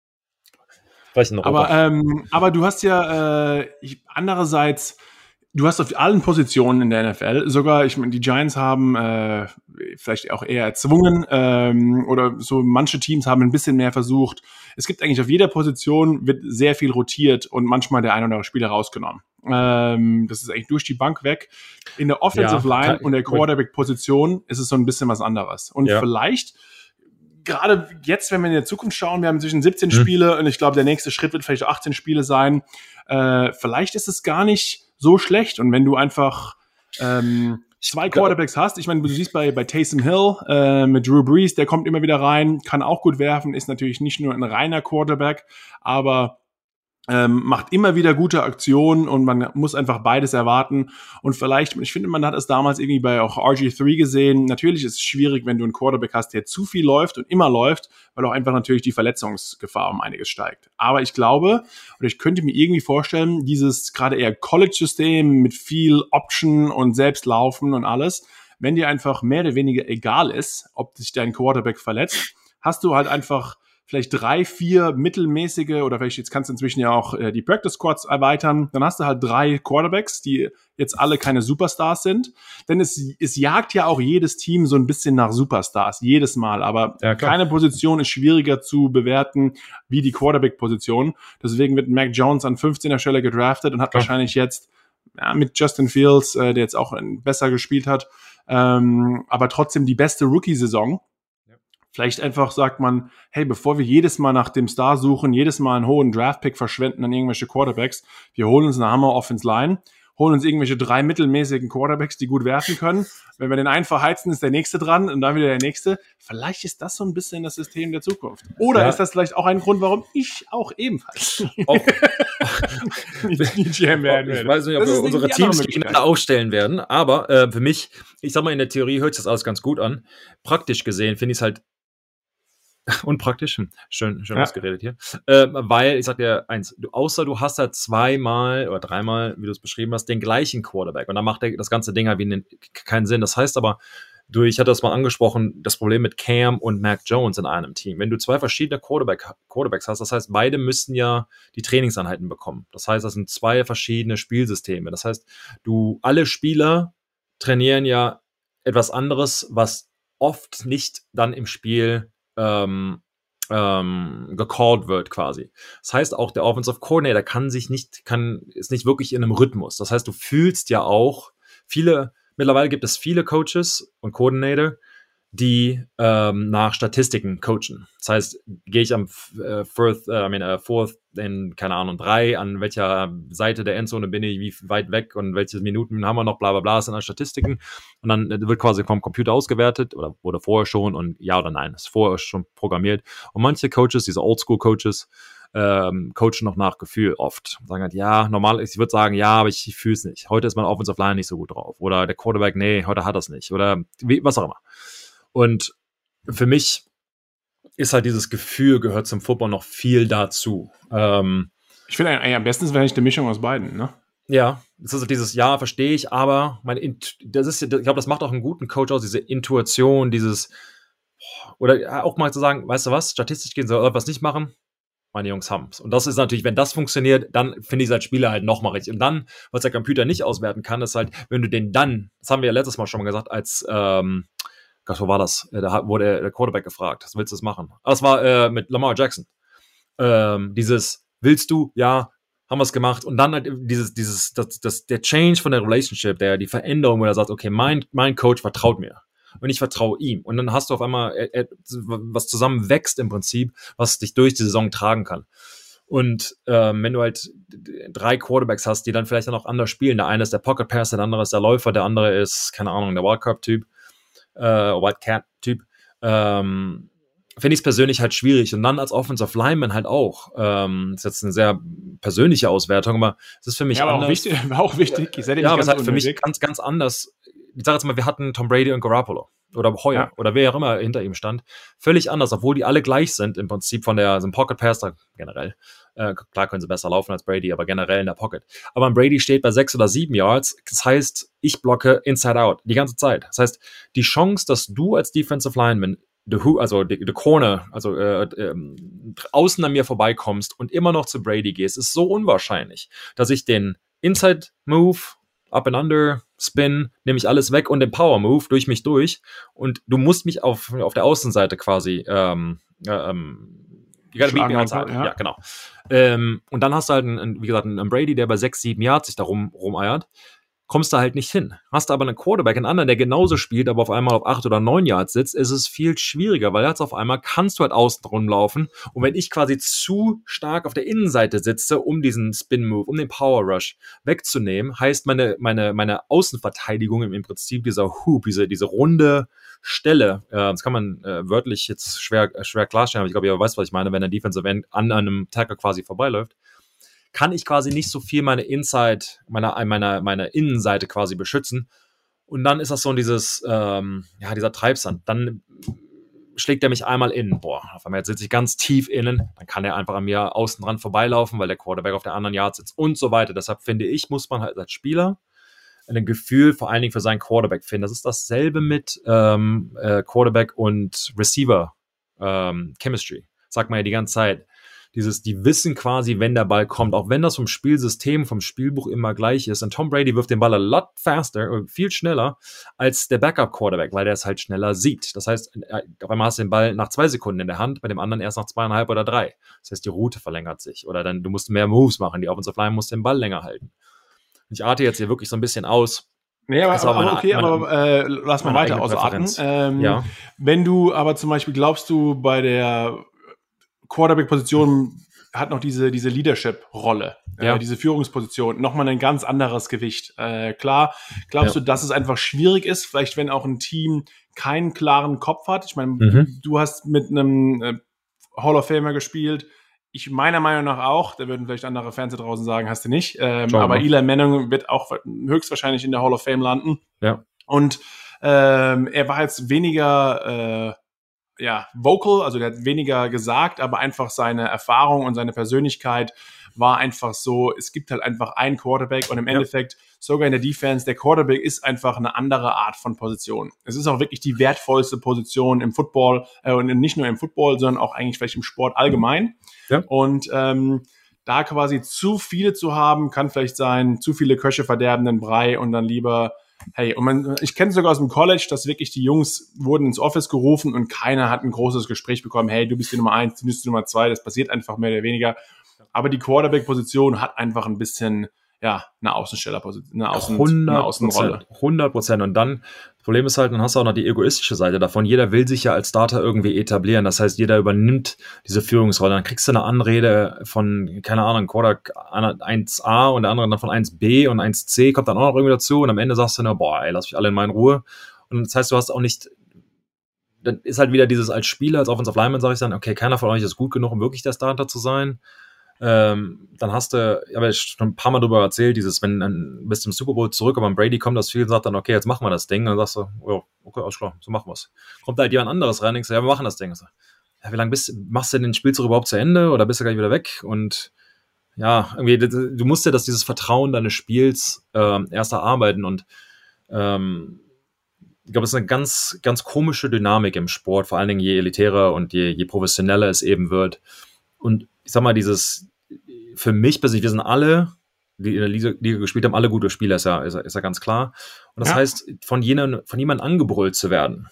Aber du hast ja andererseits, du hast auf allen Positionen in der NFL, sogar, ich meine, die Giants haben vielleicht auch eher erzwungen oder so manche Teams haben ein bisschen mehr versucht. Es gibt eigentlich auf jeder Position wird sehr viel rotiert und manchmal der ein oder andere Spieler rausgenommen. Das ist eigentlich durch die Bank weg. In der Offensive Line und der Quarterback-Position ist es so ein bisschen was anderes. Und vielleicht gerade jetzt, wenn wir in der Zukunft schauen, wir haben inzwischen 17 Spiele und ich glaube, der nächste Schritt wird vielleicht 18 Spiele sein. Vielleicht ist es gar nicht so schlecht. Und wenn du einfach zwei Quarterbacks hast, ich meine, du siehst bei Taysom Hill mit Drew Brees, der kommt immer wieder rein, kann auch gut werfen, ist natürlich nicht nur ein reiner Quarterback, aber macht immer wieder gute Aktionen und man muss einfach beides erwarten. Und vielleicht, ich finde, man hat es damals irgendwie bei auch RG3 gesehen. Natürlich ist es schwierig, wenn du einen Quarterback hast, der zu viel läuft und immer läuft, weil auch einfach natürlich die Verletzungsgefahr um einiges steigt. Aber ich glaube, oder ich könnte mir irgendwie vorstellen, dieses gerade eher College-System mit viel Option und Selbstlaufen und alles, wenn dir einfach mehr oder weniger egal ist, ob sich dein Quarterback verletzt, hast du halt einfach vielleicht 3, 4 mittelmäßige oder vielleicht jetzt kannst du inzwischen ja auch die Practice Squads erweitern. Dann hast du halt 3 Quarterbacks, die jetzt alle keine Superstars sind. Denn es jagt ja auch jedes Team so ein bisschen nach Superstars, jedes Mal. Aber keine Position ist schwieriger zu bewerten wie die Quarterback-Position. Deswegen wird Mac Jones an 15er Stelle gedraftet und hat wahrscheinlich jetzt mit Justin Fields, der jetzt auch besser gespielt hat, aber trotzdem die beste Rookie-Saison. Vielleicht einfach sagt man, hey, bevor wir jedes Mal nach dem Star suchen, jedes Mal einen hohen Draft-Pick verschwenden an irgendwelche Quarterbacks, wir holen uns eine Hammer-Offense-Line, holen uns irgendwelche 3 mittelmäßigen Quarterbacks, die gut werfen können. Wenn wir den einen verheizen, ist der nächste dran und dann wieder der nächste. Vielleicht ist das so ein bisschen das System der Zukunft. Oder ist das vielleicht auch ein Grund, warum ich auch ebenfalls nicht GM werden werde. Ich weiß nicht, ob wir unsere Teams gegeneinander aufstellen werden, aber für mich, ich sag mal, in der Theorie hört sich das alles ganz gut an. Praktisch gesehen finde ich es halt unpraktisch, schön ausgeredet hier, weil, ich sag dir eins, außer du hast halt 2-mal oder 3-mal, wie du es beschrieben hast, den gleichen Quarterback und dann macht das ganze Ding halt keinen Sinn. Das heißt aber, ich hatte das mal angesprochen, das Problem mit Cam und Mac Jones in einem Team. Wenn du 2 verschiedene Quarterbacks hast, das heißt, beide müssen ja die Trainingseinheiten bekommen. Das heißt, das sind 2 verschiedene Spielsysteme. Das heißt, alle Spieler trainieren ja etwas anderes, was oft nicht dann im Spiel gecallt wird quasi. Das heißt, auch der Offensive Coordinator ist nicht wirklich in einem Rhythmus. Das heißt, du fühlst ja auch mittlerweile gibt es viele Coaches und Coordinator, die nach Statistiken coachen. Das heißt, gehe ich am fourth in, keine Ahnung, 3, an welcher Seite der Endzone bin ich, wie weit weg und welche Minuten haben wir noch, bla bla bla, das sind dann Statistiken. Und dann wird quasi vom Computer ausgewertet oder wurde vorher schon und ja oder nein, ist vorher schon programmiert. Und manche Coaches, diese Oldschool-Coaches, coachen noch nach Gefühl oft. Sagen halt, ja, normal, ich würde sagen, ja, aber ich fühle es nicht. Heute ist mein Offensive Line nicht so gut drauf. Oder der Quarterback, nee, heute hat er es nicht. Oder was auch immer. Und für mich ist halt dieses Gefühl, gehört zum Football noch viel dazu. Ich finde eigentlich am besten wäre eine Mischung aus beiden, ne? Ja, das ist dieses Ja, verstehe ich, aber ich glaube, das macht auch einen guten Coach aus, diese Intuition, oder auch mal zu sagen, weißt du was, statistisch gehen soll etwas nicht machen, meine Jungs haben's. Und das ist natürlich, wenn das funktioniert, dann finde ich es als Spieler halt nochmal richtig. Und dann, was der Computer nicht auswerten kann, ist halt, wenn du den dann, das haben wir ja letztes Mal schon mal gesagt, als Gott, wo war das? Da wurde der Quarterback gefragt, was willst du das machen? Das war mit Lamar Jackson. Willst du? Ja, haben wir es gemacht. Und dann halt der Change von der Relationship, die Veränderung, wo er sagt, okay, mein Coach vertraut mir. Und ich vertraue ihm. Und dann hast du auf einmal was zusammen wächst im Prinzip, was dich durch die Saison tragen kann. Und wenn du halt 3 Quarterbacks hast, die dann vielleicht dann auch anders spielen, der eine ist der Pocket Pass, der andere ist der Läufer, der andere ist, keine Ahnung, der Wildcat-Typ, Wildcat-Typ, finde ich es persönlich halt schwierig. Und dann als Offensive Lineman halt auch. Ist jetzt eine sehr persönliche Auswertung, aber es ist für mich anders. War auch wichtig. Ja, aber es ist halt für mich ganz, ganz anders. Ich sage jetzt mal, wir hatten Tom Brady und Garoppolo oder Hoyer oder wer auch immer hinter ihm stand. Völlig anders, obwohl die alle gleich sind im Prinzip von der so ein Pocket Passer generell. Klar können sie besser laufen als Brady, aber generell in der Pocket. Aber ein Brady steht bei 6 oder 7 Yards. Das heißt, ich blocke inside out die ganze Zeit. Das heißt, die Chance, dass du als Defensive Lineman the Corner, also außen an mir vorbeikommst und immer noch zu Brady gehst, ist so unwahrscheinlich, dass ich den Inside Move, Up and Under, Spin, nehme ich alles weg und den Power Move durch mich durch und du musst mich auf der Außenseite quasi ja, genau. Und dann hast du halt, wie gesagt, einen Brady, der bei 6, 7 Yards sich da rumeiert. Kommst du halt nicht hin. Hast du aber einen Quarterback, einen anderen, der genauso spielt, aber auf einmal auf 8 oder 9 Yards sitzt, ist es viel schwieriger, weil jetzt auf einmal kannst du halt außen rumlaufen und wenn ich quasi zu stark auf der Innenseite sitze, um diesen Spin-Move, um den Power-Rush wegzunehmen, heißt meine Außenverteidigung im Prinzip dieser Hoop, diese runde Stelle, das kann man wörtlich jetzt schwer klarstellen, aber ich glaube, ihr weißt, was ich meine, wenn der Defensive End an einem Tackle quasi vorbeiläuft, kann ich quasi nicht so viel meine Innenseite quasi beschützen. Und dann ist das so dieser Treibsand. Dann schlägt er mich einmal innen. Auf einmal sitze ich ganz tief innen. Dann kann er einfach an mir außen dran vorbeilaufen, weil der Quarterback auf der anderen Yard sitzt und so weiter. Deshalb finde ich, muss man halt als Spieler ein Gefühl vor allen Dingen für seinen Quarterback finden. Das ist dasselbe mit Quarterback und Receiver Chemistry. Sagt man ja die ganze Zeit. Die wissen quasi, wenn der Ball kommt, auch wenn das vom Spielsystem, vom Spielbuch immer gleich ist. Und Tom Brady wirft den Ball a lot faster, viel schneller als der Backup-Quarterback, weil der es halt schneller sieht. Das heißt, auf einmal hast du den Ball nach 2 Sekunden in der Hand, bei dem anderen erst nach 2,5 oder 3. Das heißt, die Route verlängert sich. Oder dann, du musst mehr Moves machen, die Offensive Line muss den Ball länger halten. Ich arte jetzt hier wirklich so ein bisschen aus. Nee, aber lass mal weiter ausatmen. Ja. Wenn du aber zum Beispiel glaubst du, bei der Quarterback-Position hat noch diese Leadership-Rolle, diese Führungsposition, nochmal ein ganz anderes Gewicht. Klar, glaubst du, dass es einfach schwierig ist, vielleicht wenn auch ein Team keinen klaren Kopf hat? Ich meine, du hast mit einem Hall of Famer gespielt, ich meiner Meinung nach auch, da würden vielleicht andere Fans da draußen sagen, hast du nicht, aber Eli Manning wird auch höchstwahrscheinlich in der Hall of Fame landen. Ja. Und er war jetzt weniger vocal, also der hat weniger gesagt, aber einfach seine Erfahrung und seine Persönlichkeit war einfach so, es gibt halt einfach einen Quarterback und im Endeffekt, sogar in der Defense, der Quarterback ist einfach eine andere Art von Position. Es ist auch wirklich die wertvollste Position im Football und nicht nur im Football, sondern auch eigentlich vielleicht im Sport allgemein. Ja. Und da quasi zu viele zu haben, kann vielleicht sein, zu viele Köche verderben den Brei und dann lieber ich kenne es sogar aus dem College, dass wirklich die Jungs wurden ins Office gerufen und keiner hat ein großes Gespräch bekommen, hey, du bist die Nummer 1, du bist die Nummer 2, das passiert einfach mehr oder weniger. Aber die Quarterback-Position hat einfach ein bisschen, eine Außenstellerposition, eine Außenrolle. 100%. Und dann, das Problem ist halt, dann hast du auch noch die egoistische Seite davon. Jeder will sich ja als Starter irgendwie etablieren. Das heißt, jeder übernimmt diese Führungsrolle. Dann kriegst du eine Anrede von, keine Ahnung, Quarterback 1A und der andere dann von 1B und 1C, kommt dann auch noch irgendwie dazu. Und am Ende sagst du, lass mich alle in meine Ruhe. Und das heißt, du hast auch nicht, dann ist halt wieder dieses als Spieler, als Offensive Lineman, sage ich dann, okay, keiner von euch ist gut genug, um wirklich der Starter zu sein. Dann hast du, ich habe schon ein paar Mal drüber erzählt, wenn dann bist du im Super Bowl zurück, aber Brady kommt das Spiel und sagt dann, okay, jetzt machen wir das Ding. Und dann sagst du, okay, alles klar, so machen wir es. Kommt halt jemand anderes rein und denkst du, wir machen das Ding. So, wie lange machst du denn den Spielzug überhaupt zu Ende oder bist du gleich wieder weg? Und irgendwie, du musst ja dieses Vertrauen deines Spiels erst erarbeiten und ich glaube, es ist eine ganz, ganz komische Dynamik im Sport, vor allen Dingen je elitärer und je professioneller es eben wird. Und ich sag mal, für mich persönlich, wir sind alle, die in der Liga gespielt haben, alle gute Spieler, ist ja ganz klar. Und das heißt, von jemandem angebrüllt zu werden,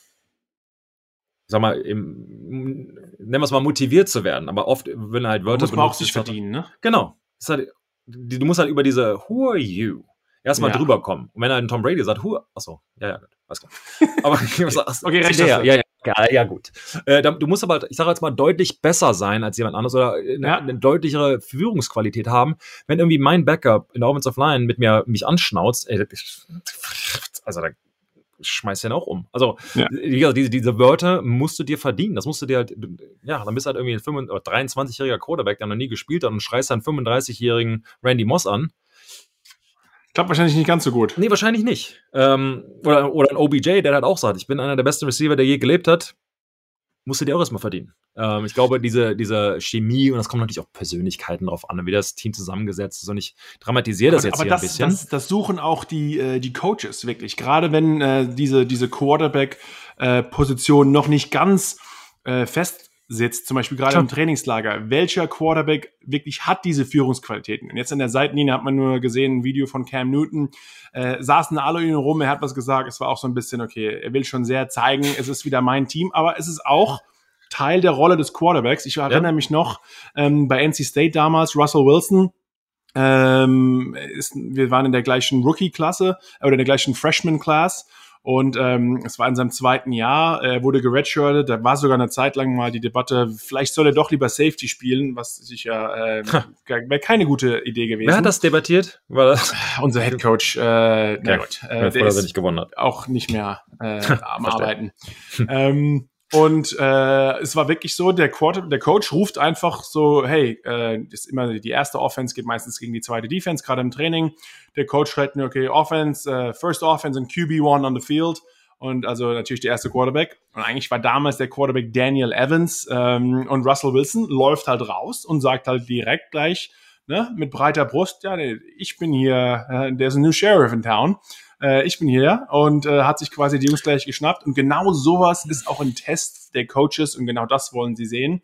ich sag mal, nennen wir es mal motiviert zu werden, aber oft würden halt Wörter benutzt. Muss man auch sich verdienen, ne? Genau. Du musst halt über diese Who are you erstmal drüber kommen. Und wenn halt ein Tom Brady sagt, achso, ja, gut, alles klar. Aber okay, recht ja, Ja, gut. Du musst aber, ich sage jetzt mal, deutlich besser sein als jemand anderes oder eine deutlichere Führungsqualität haben. Wenn irgendwie mein Backup in der Offensive Line mich anschnauzt, also da schmeißt den auch um. Also diese Wörter musst du dir verdienen. Das musst du dir halt, dann bist du halt irgendwie ein 23-jähriger Quarterback, der noch nie gespielt hat und schreist einen 35-jährigen Randy Moss an. Klappt wahrscheinlich nicht ganz so gut. Nee, wahrscheinlich nicht. Oder ein OBJ, der halt auch sagt, ich bin einer der besten Receiver, der je gelebt hat. Musst du dir auch erstmal verdienen. Ich glaube, diese Chemie, und das kommt natürlich auch Persönlichkeiten drauf an, wie das Team zusammengesetzt ist. Und ich dramatisiere das jetzt hier ein bisschen. Das suchen auch die Coaches wirklich. Gerade wenn diese Quarterback-Position noch nicht ganz fest sitzt, zum Beispiel gerade im Trainingslager, welcher Quarterback wirklich hat diese Führungsqualitäten. Und jetzt an der Seitenlinie hat man nur gesehen, ein Video von Cam Newton, saßen alle um ihn rum, er hat was gesagt, es war auch so ein bisschen, okay, er will schon sehr zeigen, es ist wieder mein Team, aber es ist auch Teil der Rolle des Quarterbacks. Ich erinnere mich noch, bei NC State damals, Russell Wilson, wir waren in der gleichen Rookie-Klasse, oder in der gleichen Freshman-Class, und es war in seinem 2. Jahr, er wurde geredshirtet, da war sogar eine Zeit lang mal die Debatte, vielleicht soll er doch lieber Safety spielen, was sicher wäre keine gute Idee gewesen. Wer hat das debattiert? War das? Unser Headcoach, der ist nicht gewonnen hat. Auch nicht mehr am Arbeiten. Und es war wirklich so, der Coach ruft einfach so, hey, ist immer die erste Offense geht meistens gegen die zweite Defense, gerade im Training. Der Coach schreibt mir, okay, Offense, First Offense and QB1 on the field. Und also natürlich der erste Quarterback. Und eigentlich war damals der Quarterback Daniel Evans. Und Russell Wilson läuft halt raus und sagt halt direkt gleich, ne, mit breiter Brust, ja, ich bin hier, there's a new sheriff in town. Ich bin hier und hat sich quasi die Jungs gleich geschnappt. Und genau sowas ist auch ein Test der Coaches und genau das wollen sie sehen.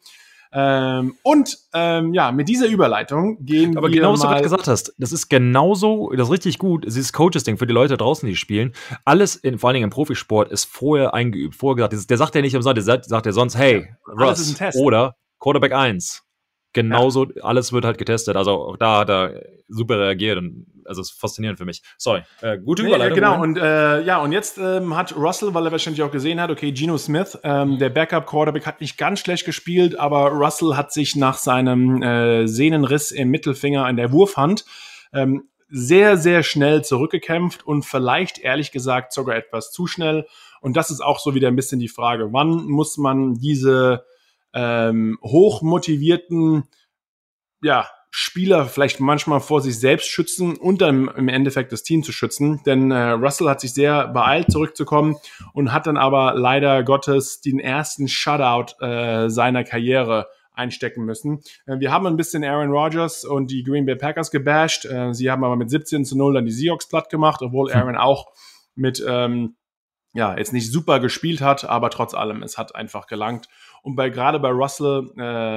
Mit dieser Überleitung gehen aber wir genau, was du gerade gesagt hast, das ist genauso, das ist richtig gut, dieses Coaches-Ding für die Leute draußen, die spielen. Alles, vor allen Dingen im Profisport, ist vorher eingeübt, vorher gesagt. Der sagt ja nicht umsonst, der sagt ja sonst, hey, Russ, oder Quarterback 1. Genauso, alles wird halt getestet. Also auch da hat er super reagiert und also es ist faszinierend für mich. Sorry, gute Überleitung. Genau, und jetzt hat Russell, weil er wahrscheinlich auch gesehen hat, okay, Geno Smith, der Backup-Quarterback, hat nicht ganz schlecht gespielt, aber Russell hat sich nach seinem Sehnenriss im Mittelfinger in der Wurfhand sehr, sehr schnell zurückgekämpft und vielleicht, ehrlich gesagt, sogar etwas zu schnell. Und das ist auch so wieder ein bisschen die Frage, wann muss man diese hochmotivierten Spieler vielleicht manchmal vor sich selbst schützen und dann im Endeffekt das Team zu schützen. Denn Russell hat sich sehr beeilt, zurückzukommen und hat dann aber leider Gottes den ersten Shutout seiner Karriere einstecken müssen. Wir haben ein bisschen Aaron Rodgers und die Green Bay Packers gebasht. Sie haben aber mit 17-0 dann die Seahawks platt gemacht, obwohl Aaron auch mit jetzt nicht super gespielt hat, aber trotz allem, es hat einfach gelangt. Und gerade bei Russell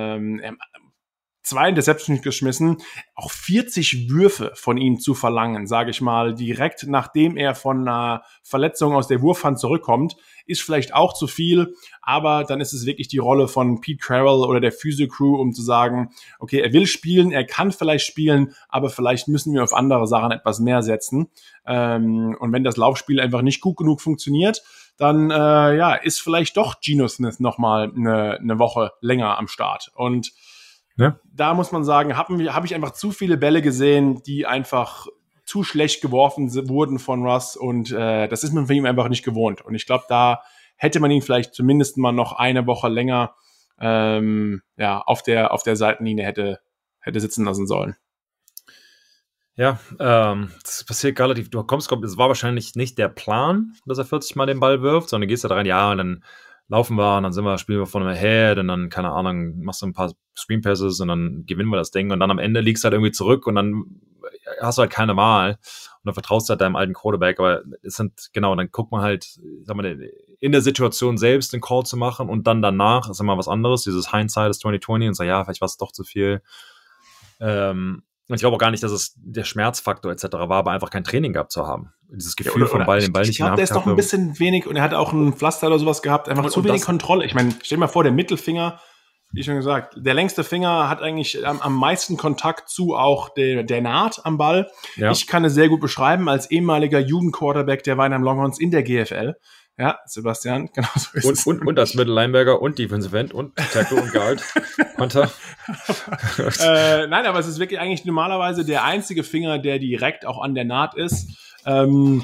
2 Interceptions geschmissen, auch 40 Würfe von ihm zu verlangen, sage ich mal, direkt nachdem er von einer Verletzung aus der Wurfhand zurückkommt, ist vielleicht auch zu viel, aber dann ist es wirklich die Rolle von Pete Carroll oder der Physio-Crew, um zu sagen, okay, er will spielen, er kann vielleicht spielen, aber vielleicht müssen wir auf andere Sachen etwas mehr setzen. Und wenn das Laufspiel einfach nicht gut genug funktioniert, dann ist vielleicht doch Geno Smith nochmal eine Woche länger am Start. Und da muss man sagen, habe ich einfach zu viele Bälle gesehen, die einfach zu schlecht geworfen wurden von Russ und das ist man von ihm einfach nicht gewohnt. Und ich glaube, da hätte man ihn vielleicht zumindest mal noch eine Woche länger auf der Seitenlinie hätte sitzen lassen sollen. Ja, das passiert relativ, es war wahrscheinlich nicht der Plan, dass er 40 Mal den Ball wirft, sondern gehst da rein, und dann laufen wir und dann spielen wir von einem Head und dann, keine Ahnung, machst du ein paar Screen Passes und dann gewinnen wir das Ding und dann am Ende liegst du halt irgendwie zurück und dann hast du halt keine Wahl und dann vertraust du halt deinem alten Quarterback, aber dann guckt man halt, in der Situation selbst den Call zu machen und dann danach ist immer was anderes, dieses Hindsight ist 2020 und so, vielleicht war es doch zu viel. Und ich glaube auch gar nicht, dass es der Schmerzfaktor etc. war, aber einfach kein Training gehabt zu haben. Dieses Gefühl vom Ball, den Ball nicht in der Hand. Ich glaube, der ist doch ein bisschen wenig und er hat auch ein Pflaster oder sowas gehabt, einfach zu wenig Kontrolle. Ich meine, stell dir mal vor, der Mittelfinger, wie schon gesagt, der längste Finger hat eigentlich am meisten Kontakt zu auch der Naht am Ball. Ja. Ich kann es sehr gut beschreiben als ehemaliger Jugendquarterback der Weinheim Longhorns in der GFL. Ja, Sebastian, genau so ist es. Und als Middle Linebacker und Defensive End und Tackle und Guard. Panther. Nein, aber es ist wirklich eigentlich normalerweise der einzige Finger, der direkt auch an der Naht ist. Und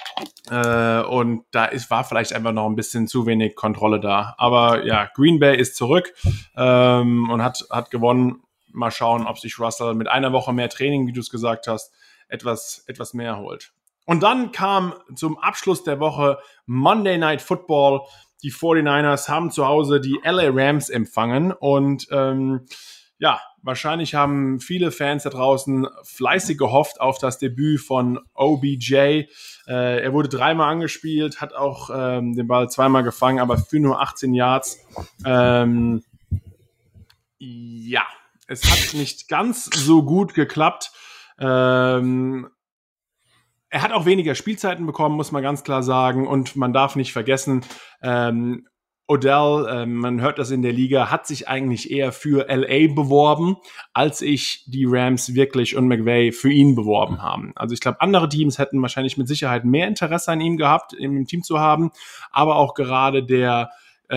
war vielleicht einfach noch ein bisschen zu wenig Kontrolle da. Aber ja, Green Bay ist zurück und hat gewonnen. Mal schauen, ob sich Russell mit einer Woche mehr Training, wie du es gesagt hast, etwas mehr holt. Und dann kam zum Abschluss der Woche Monday Night Football. Die 49ers haben zu Hause die LA Rams empfangen. Und wahrscheinlich haben viele Fans da draußen fleißig gehofft auf das Debüt von OBJ. Er wurde 3-mal angespielt, hat auch den Ball 2-mal gefangen, aber für nur 18 Yards. Es hat nicht ganz so gut geklappt. Er hat auch weniger Spielzeiten bekommen, muss man ganz klar sagen. Und man darf nicht vergessen, Odell, man hört das in der Liga, hat sich eigentlich eher für LA beworben, als sich die Rams wirklich und McVay für ihn beworben haben. Also ich glaube, andere Teams hätten wahrscheinlich mit Sicherheit mehr Interesse an ihm gehabt, im Team zu haben. Aber auch gerade der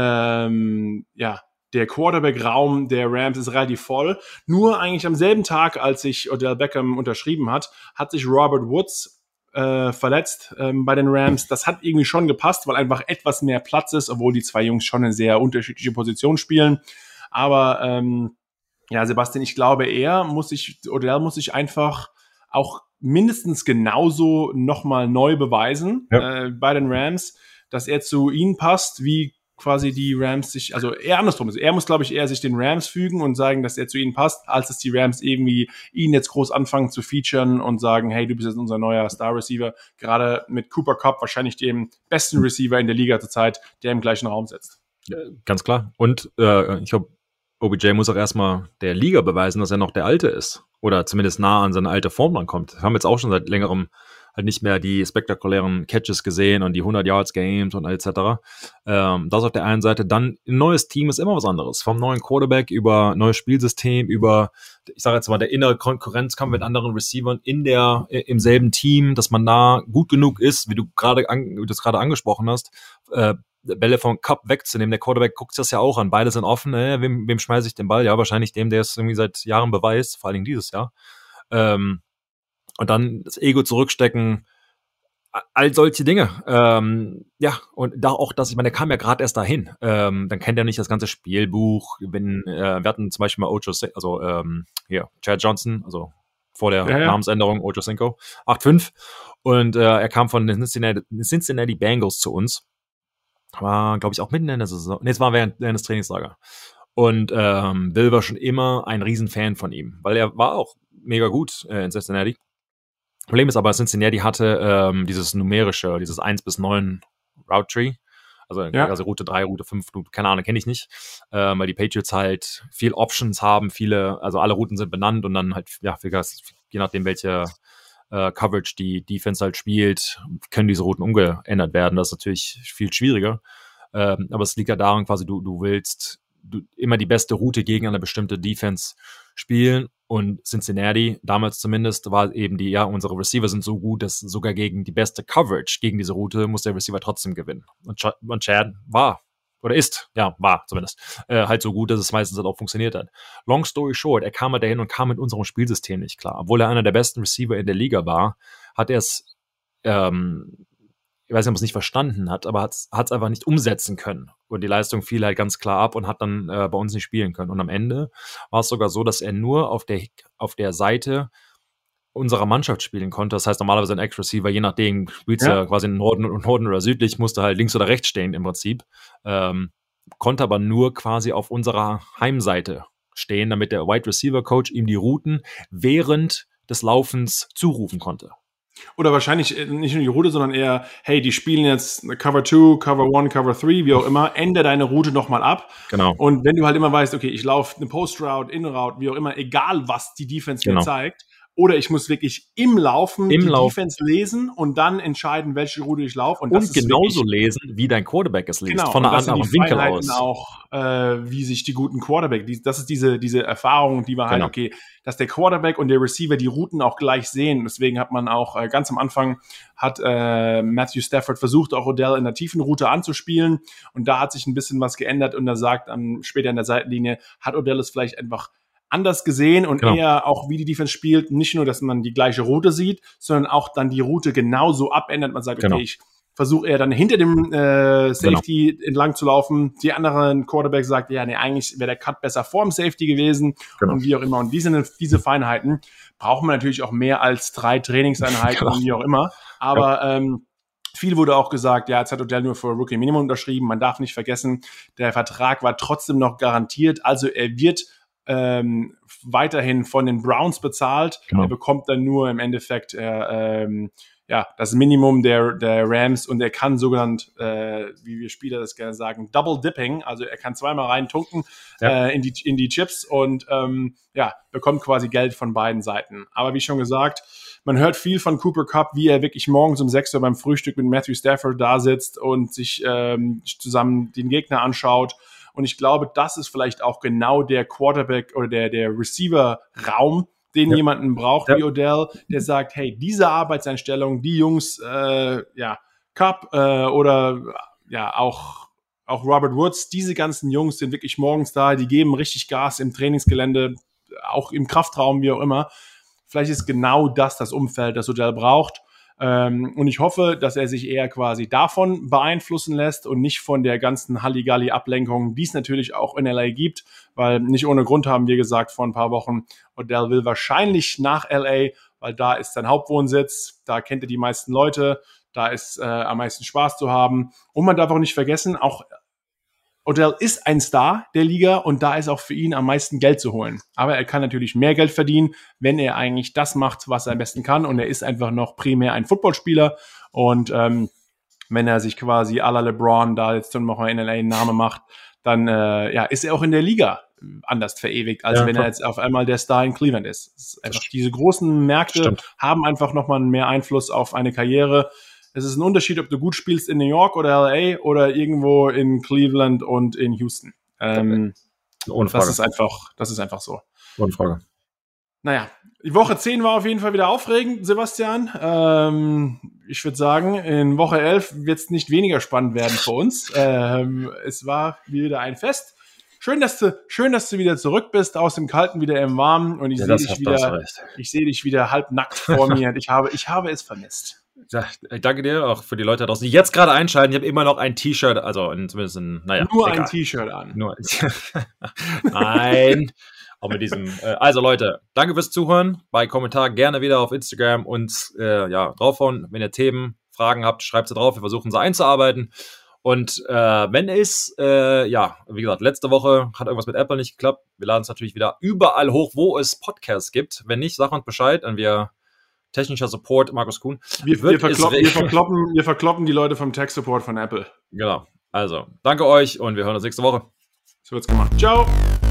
Quarterback-Raum der Rams ist relativ voll. Nur eigentlich am selben Tag, als sich Odell Beckham unterschrieben hat sich Robert Woods verletzt bei den Rams. Das hat irgendwie schon gepasst, weil einfach etwas mehr Platz ist, obwohl die zwei Jungs schon eine sehr unterschiedliche Position spielen. Aber Sebastian, ich glaube, Odell muss sich einfach auch mindestens genauso nochmal neu beweisen bei den Rams, dass er zu ihnen passt, wie quasi die Rams sich, also eher andersrum ist. Er muss, glaube ich, eher sich den Rams fügen und sagen, dass er zu ihnen passt, als dass die Rams irgendwie ihn jetzt groß anfangen zu featuren und sagen, hey, du bist jetzt unser neuer Star-Receiver. Gerade mit Cooper Kupp, wahrscheinlich dem besten Receiver in der Liga zurzeit, der im gleichen Raum sitzt. Ja, ganz klar. Und ich glaube, OBJ muss auch erstmal der Liga beweisen, dass er noch der Alte ist. Oder zumindest nah an seine alte Form rankommt. Wir haben jetzt auch schon seit längerem halt nicht mehr die spektakulären Catches gesehen und die 100-Yards-Games und etc. Das auf der einen Seite. Dann ein neues Team ist immer was anderes. Vom neuen Quarterback über neues Spielsystem, über, ich sage jetzt mal, der innere Konkurrenzkampf mit anderen Receivern im selben Team, dass man da gut genug ist, wie du es gerade angesprochen hast, Bälle vom Cup wegzunehmen. Der Quarterback guckt das ja auch an. Beide sind offen. Wem schmeiße ich den Ball? Ja, wahrscheinlich dem, der es irgendwie seit Jahren beweist, vor allen Dingen dieses Jahr. Und dann das Ego zurückstecken, all solche Dinge. Und da auch das, ich meine, der kam ja gerade erst dahin. Dann kennt er nicht das ganze Spielbuch. Wir hatten zum Beispiel mal Chad Johnson, also vor der Namensänderung, Ochocinco, 8-5. Und er kam von den Cincinnati Bengals zu uns. War, glaube ich, auch mitten in der Saison. Es war während des Trainingslagers. Und Bill war schon immer ein Riesenfan von ihm, weil er war auch mega gut in Cincinnati. Problem ist aber, Cincinnati hatte dieses 1 bis 9 Route Tree, also Route 3, Route 5, keine Ahnung, kenne ich nicht, weil die Patriots halt viel Options haben, also alle Routen sind benannt und dann halt, je nachdem welche Coverage die Defense halt spielt, können diese Routen umgeändert werden. Das ist natürlich viel schwieriger, aber es liegt ja daran quasi, du willst immer die beste Route gegen eine bestimmte Defense spielen. Und Cincinnati, damals zumindest, war eben unsere Receiver sind so gut, dass sogar gegen die beste Coverage gegen diese Route muss der Receiver trotzdem gewinnen. Und Chad war zumindest, halt so gut, dass es meistens halt auch funktioniert hat. Long story short, er kam halt dahin und kam mit unserem Spielsystem nicht klar. Obwohl er einer der besten Receiver in der Liga war, hat er es, ich weiß nicht, ob er es nicht verstanden hat, aber hat es einfach nicht umsetzen können. Und die Leistung fiel halt ganz klar ab und hat dann bei uns nicht spielen können. Und am Ende war es sogar so, dass er nur auf der Seite unserer Mannschaft spielen konnte. Das heißt, normalerweise ein Ex-Receiver, je nachdem, spielt er quasi in Norden oder südlich, musste halt links oder rechts stehen im Prinzip. Konnte aber nur quasi auf unserer Heimseite stehen, damit der Wide Receiver Coach ihm die Routen während des Laufens zurufen konnte. Oder wahrscheinlich nicht nur die Route, sondern eher, hey, die spielen jetzt Cover 2, Cover 1, Cover 3, wie auch immer, ändere deine Route nochmal ab. Genau. Und wenn du halt immer weißt, okay, ich laufe eine Post-Route, In-Route, wie auch immer, egal was die Defense mir zeigt, oder ich muss wirklich im Laufen Defense lesen und dann entscheiden, welche Route ich laufe. Und das ist genauso lesen, wie dein Quarterback es liest, genau, von einer anderen Winkel aus. Auch, wie sich die guten Quarterback, das ist diese Erfahrung, die wir halt, okay, dass der Quarterback und der Receiver die Routen auch gleich sehen. Deswegen hat man auch ganz am Anfang hat Matthew Stafford versucht, auch Odell in der tiefen Route anzuspielen. Und da hat sich ein bisschen was geändert und er sagt später in der Seitenlinie, hat Odell es vielleicht einfach anders gesehen und eher auch, wie die Defense spielt, nicht nur, dass man die gleiche Route sieht, sondern auch dann die Route genauso abändert. Man sagt, okay, ich versuche eher dann hinter dem Safety entlang zu laufen. Die anderen Quarterback sagt, ja, nee, eigentlich wäre der Cut besser vor dem Safety gewesen und wie auch immer. Und diese Feinheiten braucht man natürlich auch mehr als 3 Trainingseinheiten und wie auch immer. Aber viel wurde auch gesagt, ja, jetzt hat Odell nur für Rookie Minimum unterschrieben. Man darf nicht vergessen, der Vertrag war trotzdem noch garantiert. Also er wird weiterhin von den Browns bezahlt. Er bekommt dann nur im Endeffekt das Minimum der Rams und er kann sogenannt, wie wir Spieler das gerne sagen, Double Dipping, also er kann zweimal reintunken in die Chips und bekommt quasi Geld von beiden Seiten. Aber wie schon gesagt, man hört viel von Cooper Kupp, wie er wirklich morgens um 6 Uhr beim Frühstück mit Matthew Stafford da sitzt und sich zusammen den Gegner anschaut. Und ich glaube, das ist vielleicht auch genau der Quarterback oder der Receiver-Raum, den jemanden braucht wie Odell, der sagt, hey, diese Arbeitseinstellung, die Jungs, Kupp oder auch Robert Woods, diese ganzen Jungs sind wirklich morgens da, die geben richtig Gas im Trainingsgelände, auch im Kraftraum, wie auch immer. Vielleicht ist genau das Umfeld, das Odell braucht. Und ich hoffe, dass er sich eher quasi davon beeinflussen lässt und nicht von der ganzen Halligalli-Ablenkung, die es natürlich auch in LA gibt, weil nicht ohne Grund haben wir gesagt vor ein paar Wochen, Odell will wahrscheinlich nach LA, weil da ist sein Hauptwohnsitz, da kennt er die meisten Leute, da ist am meisten Spaß zu haben. Und man darf auch nicht vergessen, auch Odell ist ein Star der Liga und da ist auch für ihn am meisten Geld zu holen. Aber er kann natürlich mehr Geld verdienen, wenn er eigentlich das macht, was er am besten kann. Und er ist einfach noch primär ein Footballspieler. Und wenn er sich quasi à la LeBron da jetzt noch mal in LA einen Namen macht, dann ist er auch in der Liga anders verewigt, als wenn er jetzt auf einmal der Star in Cleveland ist. Diese großen Märkte haben einfach nochmal mehr Einfluss auf eine Karriere. Es ist ein Unterschied, ob du gut spielst in New York oder LA oder irgendwo in Cleveland und in Houston. Ohne Frage. Das ist einfach so. Ohne Frage. Naja, die Woche 10 war auf jeden Fall wieder aufregend, Sebastian. Ich würde sagen, in Woche 11 wird es nicht weniger spannend werden für uns. Es war wieder ein Fest. Schön, dass du wieder zurück bist, aus dem Kalten wieder im Warmen. Und ich sehe dich wieder halbnackt vor mir. Ich habe es vermisst. Ja, ich danke dir auch für die Leute da draußen, die jetzt gerade einschalten. Ich habe immer noch ein T-Shirt, also zumindest ein T-Shirt an. Nein. Auch mit diesem. Also Leute, danke fürs Zuhören. Bei Kommentar gerne wieder auf Instagram uns draufhauen. Wenn ihr Themen, Fragen habt, schreibt sie drauf. Wir versuchen sie einzuarbeiten. Und wenn es, wie gesagt, letzte Woche hat irgendwas mit Apple nicht geklappt. Wir laden es natürlich wieder überall hoch, wo es Podcasts gibt. Wenn nicht, sag uns Bescheid und wir technischer Support, Markus Kuhn. Wir verkloppen die Leute vom Tech-Support von Apple. Genau. Also, danke euch und wir hören uns nächste Woche. So wird's gemacht. Ciao.